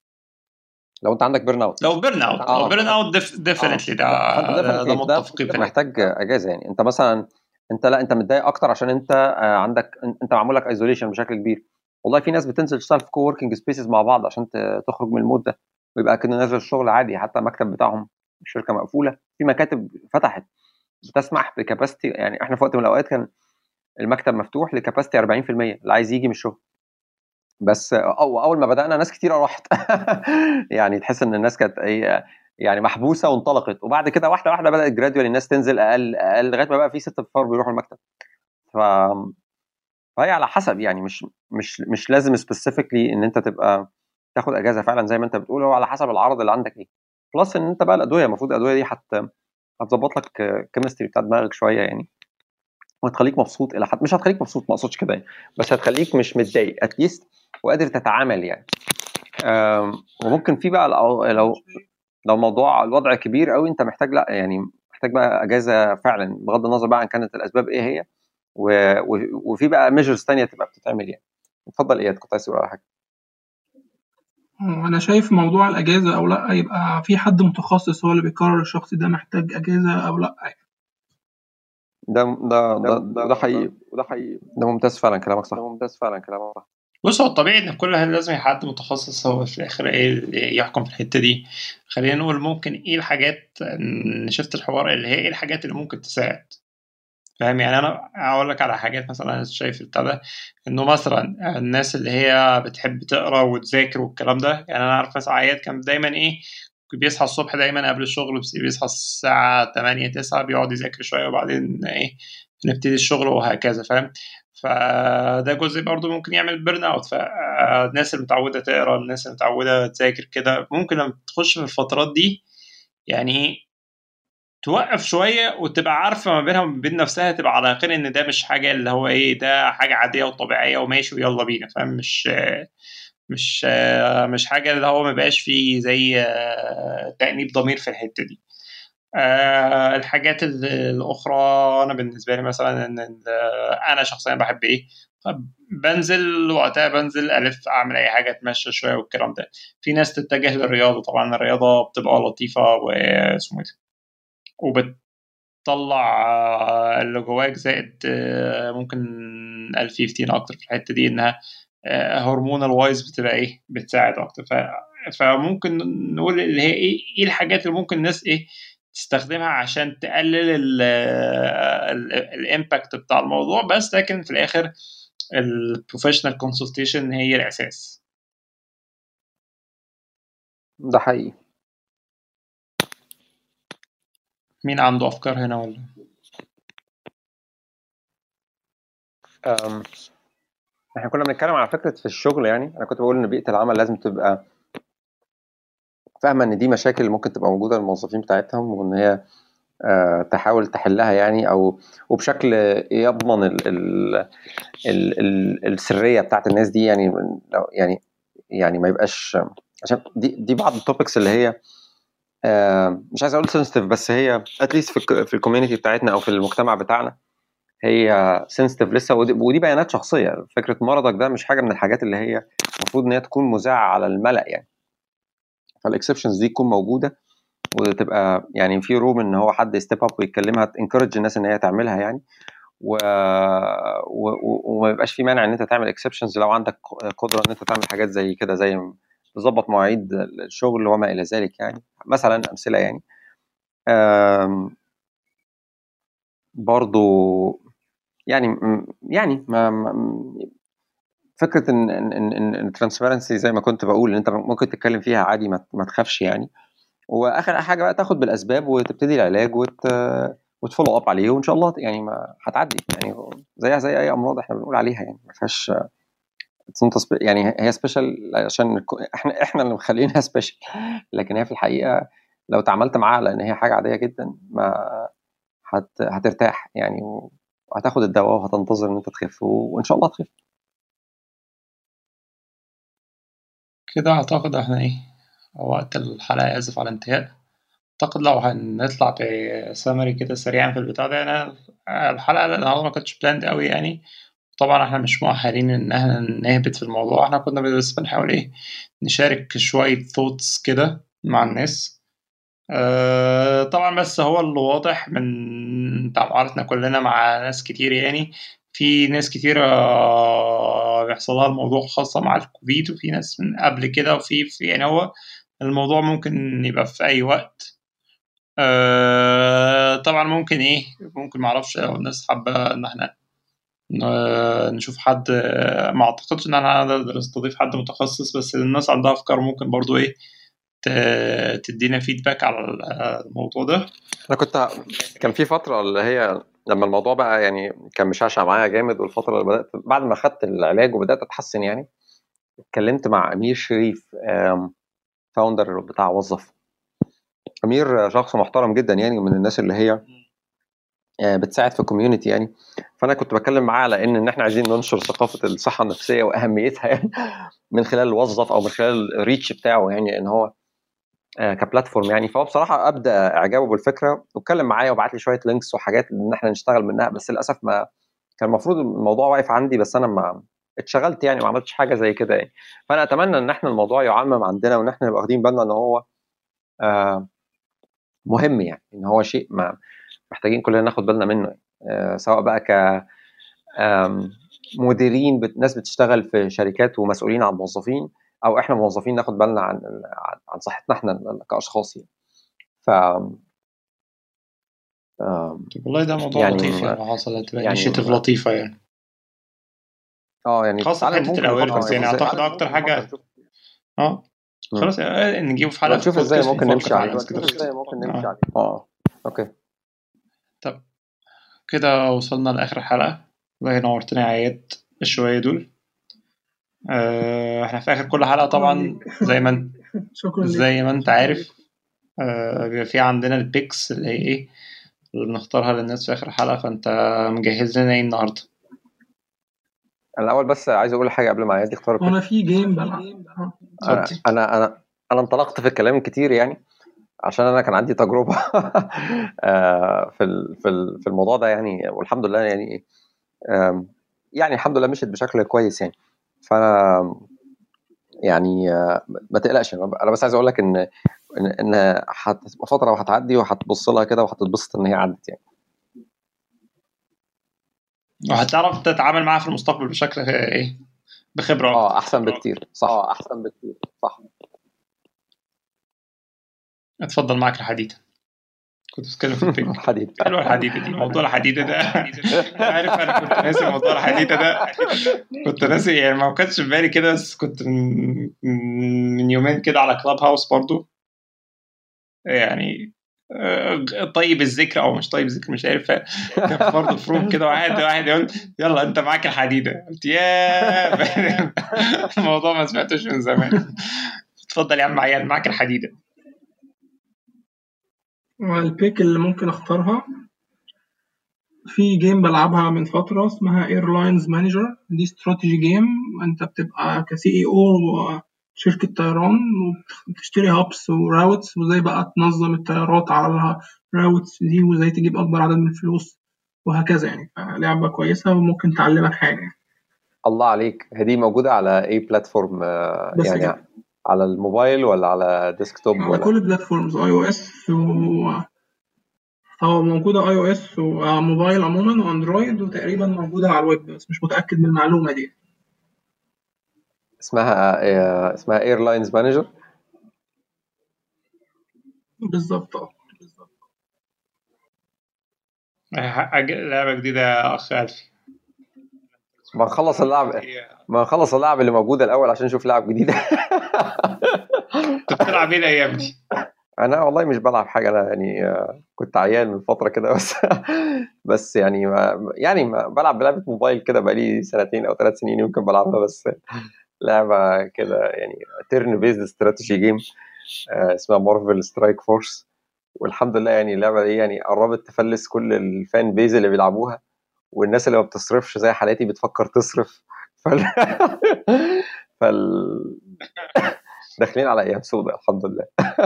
لو انت عندك بيرن اوت،
لو بيرن اوت
آه.
لو بيرن اوت ديفينتلي ده ده, ده متفقين
ده محتاج اجازه يعني. انت مثلا انت لا انت متضايق اكتر عشان انت عندك انت معمول لك ايزوليشن بشكل كبير. والله في ناس بتنزل تشتغل في كو وركينج سبيسز مع بعض عشان تخرج من المود ده، ويبقى كده نازل الشغل عادي، حتى المكتب بتاعهم الشركه مقفوله، في مكاتب فتحت بتسمح بكاباسيتي. يعني احنا في وقت من الاوقات كان المكتب مفتوح لكاباسيتي أربعين في المية اللي عايز يجي من الشغل. بس أو اول ما بدانا ناس كتير راحت يعني تحس ان الناس كانت ايه يعني محبوسه وانطلقت، وبعد كده واحده واحده بدات جرادوالي الناس تنزل اقل اقل لغايه ما بقى في ستة انفار بيروحوا المكتب. ف فهي على حسب يعني، مش مش مش لازم سبيسيفيكلي ان انت تبقى تاخد اجازه فعلا زي ما انت بتقول، هو على حسب العرض اللي عندك ايه. بلس ان انت بقى الادويه، المفروض الادويه دي حت هتظبط لك الكيمستري بتاع دماغك شويه يعني، وهتخليك مبسوط الى حد، مش هتخليك مبسوط ما اقصدش كده يعني، بس هتخليك مش متضايق اتليست وقادر تتعامل يعني. وممكن في بقى لو لو موضوع الوضع كبير قوي انت محتاج لا يعني محتاج بقى اجازه فعلا، بغض النظر بقى عن كانت الاسباب ايه هي، وفي بقى ميجرز ثانيه تبقى بتتعمل يعني. اتفضل اياد، كنت عايز تقول على حاجه.
انا شايف موضوع الاجازه او لا يبقى في حد متخصص هو اللي بيقرر الشخص ده محتاج اجازه او لا.
ده ده ده ده, ده حقيقي وده حقيقي ده ممتاز فعلا كلامك صح. ده ممتاز فعلا كلامك صح.
بص، هو الطبيعي ان كل حد لازم حد متخصص هو في الاخر ايه يحكم في الحته دي. خلينا نقول ممكن ايه الحاجات، شفت الحوار اللي هي ايه الحاجات اللي ممكن تساعد. فاهم يعني؟ انا اقول لك على حاجات مثلا انا شايف التابع انه مثلا الناس اللي هي بتحب تقرا وتذاكر والكلام ده. يعني انا عارف مثلا عياد كان دايما ايه بيصحى الصبح دايما قبل الشغل، بيصحى الساعه تمانية تسعة بيقعد يذاكر شويه وبعدين ايه نبتدي الشغل وهكذا. فاهم؟ فده جزء برضه ممكن يعمل بيرن اوت. فالناس اللي متعوده تقرا، الناس اللي متعوده تذاكر كده، ممكن لما تخش في الفترات دي يعني توقف شويه وتبقى عارفه ما بينها وما بين نفسها، تبقى على يقين ان ده مش حاجه اللي هو ايه، ده حاجه عاديه وطبيعيه وماشي ويلا بينا. فاهم؟ مش مش مش حاجه اللي هو ما بقاش فيه زي تأنيب ضمير في الحته دي. آه الحاجات ال- الأخرى أنا بالنسبة لي مثلا إن ال- أنا شخصيا بحب إيه، بنزل وقتها، بنزل ألف أعمل أي حاجة، أتمشى شوية والكلام ده. في ناس تتجه للرياضة، طبعا الرياضة بتبقى لطيفة واسمه إيه ده، وبتطلع آه، اللي جواك، زائد آه، ممكن الفيفتين أكتر في الحتة دي، إنها هرمونال وايز بتبقى إيه، بتساعد أكتر. ف فممكن نقول اللي هي ايه ايه الحاجات اللي ممكن الناس ايه تستخدمها عشان تقلل الامباكت بتاع الموضوع، بس لكن في الاخر البروفيشنال كونسلتيشن هي الاساس.
ده حقيقي.
مين عنده افكار هنا ولا؟
أم، احنا كنا بنتكلم على فكرة في الشغل، يعني انا كنت بقول ان بيئة العمل لازم تبقى فاهمة ان دي مشاكل ممكن تبقى موجودة للموظفين بتاعتهم، وان هي آه، تحاول تحلها يعني، او وبشكل يضمن ال ال ال ال السرية بتاعت الناس دي، يعني لو يعني يعني ما يبقاش، عشان دي دي بعض التوبكس اللي هي آه، مش عايز اقول سنسيتيف، بس هي اتليست في ال في الكوميونتي بتاعتنا او في المجتمع بتاعنا هي سنسيتيف لسه، ودي, ودي بيانات شخصيه. فكره مرضك ده مش حاجه من الحاجات اللي هي المفروض ان هي تكون مذاعه على الملأ يعني. فالاكسبشنز دي تكون موجوده، وتبقى يعني في روم ان هو حد يستيب اب ويتكلمها، تنكرج الناس ان هي تعملها يعني، و... و... و- وما يبقاش في مانع ان انت تعمل اكسبشنز لو عندك قدره ان انت تعمل حاجات زي كده، زي تظبط مواعيد الشغل وما الى ذلك يعني، مثلا امثله يعني. آم، برضو يعني م- يعني ما ما- فكره ان ان ان ان الترانسبيرنسي زي ما كنت بقول، ان انت ممكن تتكلم فيها عادي، ما ما تخافش يعني. واخر حاجه بقى تاخد بالاسباب وتبتدي العلاج وت وتفولو اب عليه، وان شاء الله يعني ما هتعدي يعني، زيها زي اي امراض احنا بنقول عليها يعني، ما فيهاش it's not a spe- يعني هي سبيشال عشان الك- احنا احنا اللي مخلينها سبيشال، لكن هي في الحقيقه لو تعاملت معاها لان هي حاجه عاديه جدا، ما هت... هترتاح يعني، وهتاخد الدواء وهتنتظر ان انت تخف، وان شاء الله تخف.
كده اعتقد احنا ايه، وقت الحلقه اسف على الانتهاء. اعتقد لو هنطلع بسمري كده سريعا في البتاع ده، انا الحلقه النهارده ما كانتش بلاند قوي يعني. طبعا احنا مش مؤهلين ان احنا نهبط في الموضوع، احنا كنا بس بنحاول ايه، نشارك شويه ثوتس كده مع الناس. أه طبعا بس هو اللي واضح من تعاملاتنا كلنا مع ناس كتير يعني، في ناس كتير آه، بيحصل لها الموضوع خاصة مع الكوفيد، وفي ناس من قبل كده، وفي في يعني هو الموضوع ممكن يبقى في أي وقت. أه طبعا ممكن إيه، ممكن معرفش لو الناس حابة إن إحنا ن- نشوف حد، آه، ما أعتقدش إن أنا هنقدر نستضيف حد متخصص، بس الناس عندها أفكار ممكن برضو إيه ت- تدينا فيدباك على الموضوع ده.
انا كنت كان في فتره اللي هي لما الموضوع بقى يعني كان مشعشع معايا جامد، والفتره اللي بدات بعد ما خدت العلاج وبدات اتحسن يعني، اتكلمت مع امير شريف، فاوندر بتاع وظف. امير شخص محترم جدا يعني، ومن الناس اللي هي آه، بتساعد في الكوميونتي يعني. فانا كنت بتكلم معاه على ان ان احنا عايزين ننشر ثقافه الصحه النفسيه واهميتها يعني من خلال الوظف او من خلال الريتش بتاعه، يعني ان هو آه، كبلاتفورم يعني. فهو بصراحه ابدا اعجابه بالفكره، واتكلم معايا وبعت لي شويه لينكس وحاجات ان احنا نشتغل منها، بس للاسف ما كان المفروض الموضوع واقف عندي، بس انا ما اتشغلت يعني، ما عملتش حاجه زي كده يعني. فانا اتمنى ان احنا الموضوع يعمم عندنا، وان احنا نبقى واخدين بالنا ان هو آه، مهم يعني، ان هو شيء ما محتاجين كلنا ناخد بالنا منه يعني. آه، سواء بقى ك آم، مديرين بت- ناس بتشتغل في شركات ومسؤولين عن موظفين، او احنا موظفين ناخد بالنا عن عن عن صحتنا احنا كاشخاص يعني. ف آم،
طب والله ده موضوع
يعني
لطيف يعني، لو حصل هتبقى
يعني
انيشيتيف لطيفة يعني،
اه يعني
خاصة في
تعالى
حتة
ممكن نفكر
الأويرنس
نشوف
يعني.
ازاي.
أعتقد أكتر حاجة اه
مم.
خلاص يعني نجيبه في
نبقى
حلقة في
نشوف ازاي
البودكاست
ممكن
ونفكر
نمشي
في
عليه.
حاجات كده. اه
اه اوكي.
طب كده وصلنا لآخر الحلقة. والله نورتنا يا عياد الشوية دول. آه احنا في آخر كل حلقة طبعا زي ما انت
شكرا لك.
زي ما انت عارف آه بيبقى في عندنا البيكس اللي هي ايه اللي بنختارها للناس في آخر حلقة. فانت مجهز لنا ايه النهاردة؟
انا الاول بس عايز اقول حاجه قبل ما عايز يختار
وانا
البيك.
في جيم بلعب. آه.
انا
اتفضل.
انا انا انا انطلقت في الكلام كتير يعني، عشان انا كان عندي تجربه في في في الموضوع ده يعني، والحمد لله يعني يعني الحمد لله مشيت بشكل كويس يعني. فانا يعني ما تقلقش، انا بس عايز اقول لك ان ان ان هتبقى فتره وهتعدي وهتبص لها كده وهتتبسط ان هي عدت يعني،
وهتعرف تتعامل معاها في المستقبل بشكل ايه، بخبره
اه احسن بكتير. صح
اه احسن بكتير.
صح.
اتفضل معاك الحديد. كنت بتتكلم في البيك.
الحديد.
حلوه الحديده دي، موضوع الحديده ده. عارف انا كنت ناسي موضوع الحديده ده، كنت ناسي يعني، ما كانش في بالي كده، بس كنت من, من يومين كده على كلاب هاوس برضو يعني، طيب الذكر او مش طيب الذكر مش عارف، كان برضه فروم كده واحد واحد يقول يلا انت معاك الحديده، قلت يا الموضوع ما سمعتوش من زمان. اتفضل يا عم عيال معاك الحديده.
البيك اللي ممكن اختارها في جيم بلعبها من فترة اسمها ايرلاينز مانجر. دي استراتيجي جيم، انت بتبقى كسي اي او شركة طيران وبتشتري هابس وراوتس وزي بقى تنظم الطيارات على الراوتس دي وزي تجيب اكبر عدد من الفلوس وهكذا يعني. لعبة كويسة وممكن تعلمك حاجة.
الله عليك. هذه موجودة على اي بلاتفورم يعني كده. على الموبايل ولا على ديسكتوب
على
ولا
كل البلاتفورمز، اي او اس و اه موجودة اي او اس وموبايل عموما واندرويد، وتقريبا موجودة على الويب بس مش متأكد من المعلومة دي.
اسمها اسمها ايرلاينز مانجر.
بالظبط اه
لعبة جديدة يا اخ ألفي.
ما نخلص اللعب ما نخلص اللعب اللي موجودة الأول عشان نشوف لعب جديدة.
انت بتلعب ايه الأيام دي؟
أنا والله مش بلعب حاجة، أنا يعني كنت عيان من فترة كده بس بس يعني ما يعني ما بلعب بلعبة موبايل كده بقالي سنتين أو ثلاث سنين يمكن بلعبها، بس لعبة كده يعني تيرن بيزد استراتيجي جيم اسمها مارفل سترايك فورس. والحمد لله يعني اللعبة دي يعني قربت تفلس كل الفان بيز اللي بيلعبوها، والناس اللي ما بتصرفش زي حالاتي بتفكر تصرف. فال... فال... داخلين على ايام سوداء الحمد لله.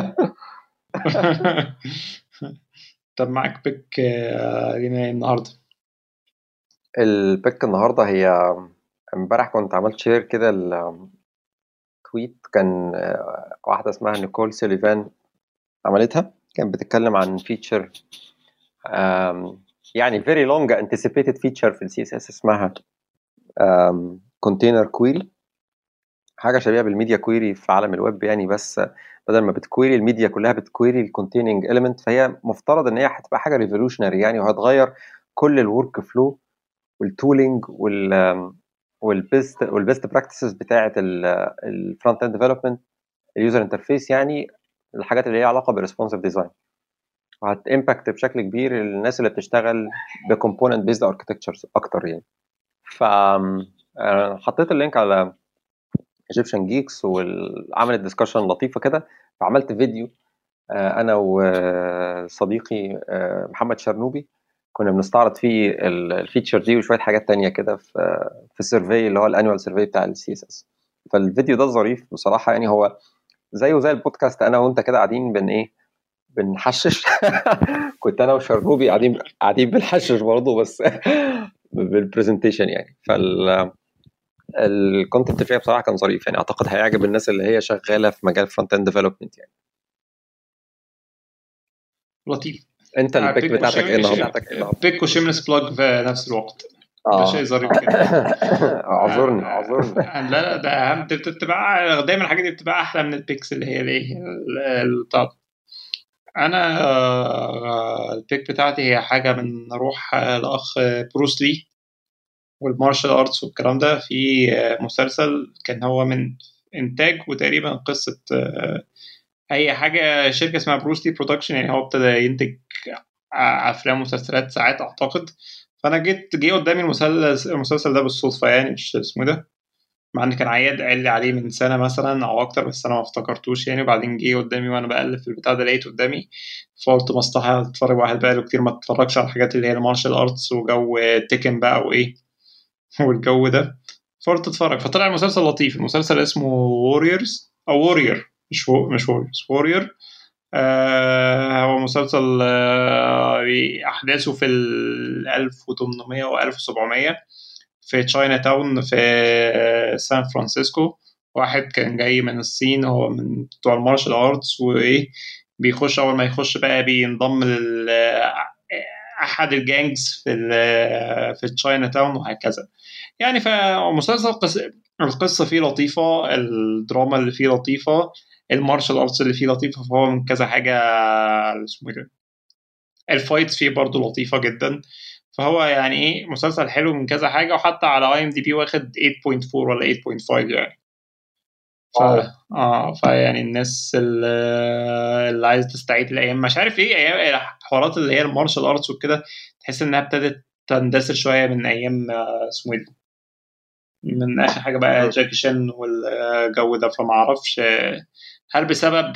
طب معاك بيك لينا النهارده؟
البيك النهارده هي امبارح كنت عملت شير كده التويت، كان واحده اسمها نيكول سيليفان عملتها، كانت بتتكلم عن فيتشر يعني very long anticipated feature في السي اس اس اسمها container query، حاجه شبيهه بالميديا كويري في عالم الويب يعني، بس بدل ما بتكويري الميديا كلها بتكويري الكونتيننج اليمنت. فهي مفترض ان هي هتبقى حاجه ريفولوشنري يعني، وهتغير كل الورك فلو والتولينج وال والبيست والبيست براكتسز بتاعه الفرونت اند ديفلوبمنت، اليوزر انترفيس يعني، الحاجات اللي ليها علاقه بالريسبونسيف ديزاين، وهتامباكت بشكل كبير الناس اللي بتشتغل بكومبوننت بيزد اركتكتشرز اكتر يعني. ف حطيت اللينك على ايجيبشن جيكس وعملت ديسكشن لطيفه كده، فعملت فيديو انا وصديقي محمد شرنوبي كنا بنستعرض فيه الفيتشر دي وشويه حاجات تانية كده في في السيرفي اللي هو الانوال سيرفي بتاع السي اس اس. فالفيديو ده ظريف بصراحه يعني، هو زيه زي البودكاست انا وانت كده قاعدين بن ايه بنحشش. كنت انا وشرنوبي قاعدين قاعدين بنحشش برضه بس بالبرزنتيشن يعني. فال الكونتنت فيها بصراحه كان ظريف يعني، اعتقد هيعجب الناس اللي هي شغاله في مجال فرونت اند ديفلوبمنت يعني.
لطيف.
انت البيك بتاعتك ايه
النهارده؟ بيك وشيملس بلاج في نفس الوقت.
اه
ده شيء ظريف كده.
اعذرني اعذرني.
لا لا ده اهم، بتبقى دايما الحاجات دي بتبقى احلى من البيكس اللي هي الايه الطاقه. انا البيك بتاعتي هي حاجه من روح الاخ بروس لي والمارشال ارتس والكلام ده، في مسلسل كان هو من انتاج وتقريبا قصه اي حاجه شركه اسمها بروس لي برودكشن يعني، هو ابتدى ينتج افلام ومسلسلات ساعات اعتقد. فانا جيت جه قدامي المسلسل المسلسل ده بالصدفه يعني، مش اسمه ده، مع ان كان عياد قال لي عليه من سنه مثلا او اكتر بس انا ما افتكرتوش يعني. وبعدين جه قدامي وانا بقلب في البتاع ده لقيته قدامي، فقلت مصلحه اتفرج. واحد بقى له كتير ما اتفرجش على الحاجات اللي هي المارشال ارتس وجو تيكن بقى وايه والجو ده، فقلت اتفرج. فطلع المسلسل لطيف. المسلسل اسمه ووريرز او وورير، مش و... مش ووريرز، وورير. آه هو مسلسل آه أحداثه في ال ألف وثمانمائة و ألف وسبعمائة في تشاينا تاون في سان فرانسيسكو. واحد كان جاي من الصين، هو من بتوع المارشال آرتس، وإيه بيخش أول ما يخش بقى بينضم لل أحد الجانجز في في تشاينا تاون وهكذا يعني. فمسلسل قص... القصة فيه لطيفة، الدراما اللي فيه لطيفة، المارشال آرتس اللي فيه لطيفة، فهو من كذا حاجة اسمه ايه، الفايتس فيه برضو لطيفة جدا. فهو يعني ايه مسلسل حلو من كذا حاجة، وحتى على اي ام دي بي واخد ثمانية فاصلة أربعة ولا ثمانية فاصلة خمسة يعني. ف... اه فيعني الناس اللي, اللي عايز تستعيد الايام، مش عارف ايه ايام الحوارات اللي هي المارشال ارتس وكده، تحس انها ابتدت تندثر شويه من ايام اسمه ايه، من اخر حاجه بقى جاكي شان والجو ده. فما اعرفش هل بسبب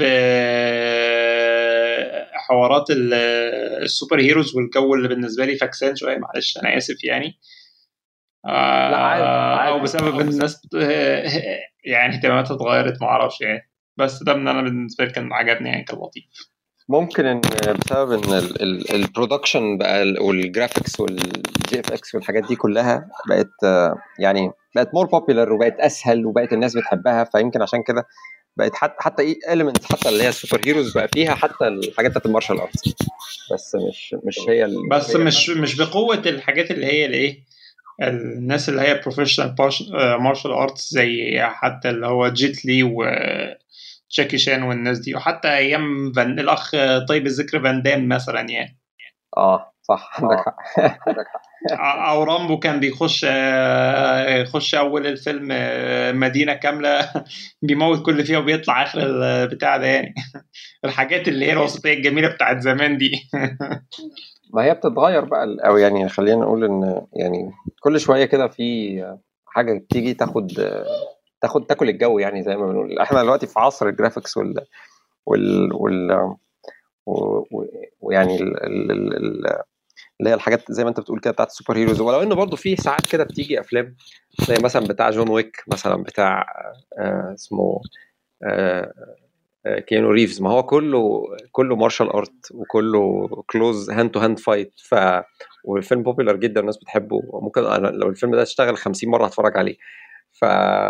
حوارات السوبر هيروز والجو اللي بالنسبه لي فاكسان شويه، معلش انا اسف يعني،
لا عادي عادي.
او بسبب الناس يعني اهتماماتها اتغيرت، ما اعرفش يعني. بس ده من انا بالنسبه لي كان عجبني يعني، كان لطيف.
ممكن ان بسبب ان البرودكشن بقى والجرافيكس والجي اف اكس والحاجات دي كلها بقت يعني بقت مور بوبيلر وبقت اسهل وبقت الناس بتحبها، فيمكن عشان كده بقت حتى حتى ايه اليمنتس حتى اللي هي السوبر هيروز بقى فيها حتى الحاجات بتاعت المارشال ارتس، بس مش مش هي
بس مش مش بقوه الحاجات اللي هي الايه الناس اللي هي بروفيشنال مارشال ارتس، زي حتى اللي هو جيت لي وجاكي شان والناس دي، وحتى ايام فان الاخ طيب الذكر فان دام مثلا يعني.
اه صح عندك حق عندك حق.
او رامبو كان بيخش يخش اول الفيلم مدينه كامله بيموت كل فيها وبيطلع اخر البتاع ده يعني. الحاجات اللي هي الوسطيه الجميله بتاعت زمان دي.
ما هي بتتغير بقى، او يعني خلينا نقول ان يعني كل شويه كده في حاجه بتيجي تاخد تاخد تاكل الجو يعني، زي ما بنقول احنا دلوقتي في عصر الجرافيكس وال وال وال ويعني اللي هي الحاجات زي ما انت بتقول كده بتاعت السوبر هيروز. ولو انه برضو في ساعات كده بتيجي افلام زي مثلا بتاع جون ويك مثلا، بتاع آه اسمه آه كيانو ريفز، ما هو كله كله مارشال ارت وكله كلوز هاند تو هاند فايت. ف والفيلم بوبيلر جدا الناس بتحبه، ممكن أنا لو الفيلم ده اشتغل خمسين مره هتفرج عليه. ف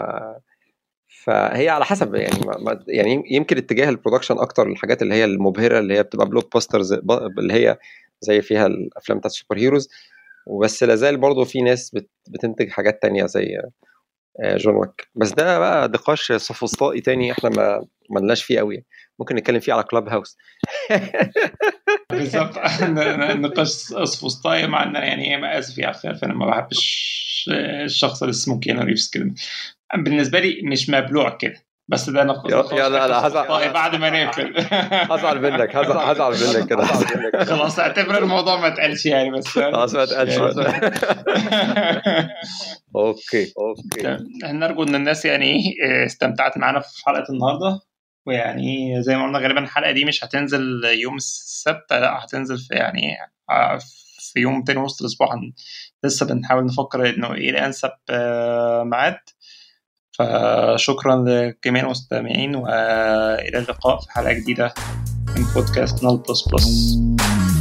فهي على حسب يعني ما... يعني يمكن اتجاه البرودكشن اكتر الحاجات اللي هي المبهره اللي هي بتبقى بلوك باسترز اللي هي زي فيها الافلام بتاعت السوبر هيروز، وبس لازال برضو في ناس بت... بتنتج حاجات تانية زي جون ويك. بس ده بقى نقاش سوفسطائي تاني احنا ما ملناش فيه قوي، ممكن نتكلم فيه على كلاب هاوس.
بالظبط. نقاش سوفسطائي، مع ان يعني ما اسف يا اخي انا ما بحبش الشخص اللي اسمه كيانو ريفز كده، بالنسبه لي مش مبلوع كده. بس ده نقاش
يا لا لا هزعل
بعد ما نقفل.
هزعل منك هزعل هزعل منك كده.
خلاص اعتبر الموضوع ما اتقالش يعني، بس
خلاص ما اتقالش. اوكي اوكي.
نرجو ان الناس يعني استمتعت معانا في حلقه النهارده، ويعني زي ما قلنا غالبا الحلقه دي مش هتنزل يوم السبت، لا هتنزل في يعني في يوم تاني وسط الاسبوع. لسه بنحاول نفكر انه ايه الانسب ميعاد. فشكرا لجميع المستمعين، والى اللقاء في حلقه جديده من بودكاست نال بلس بلس.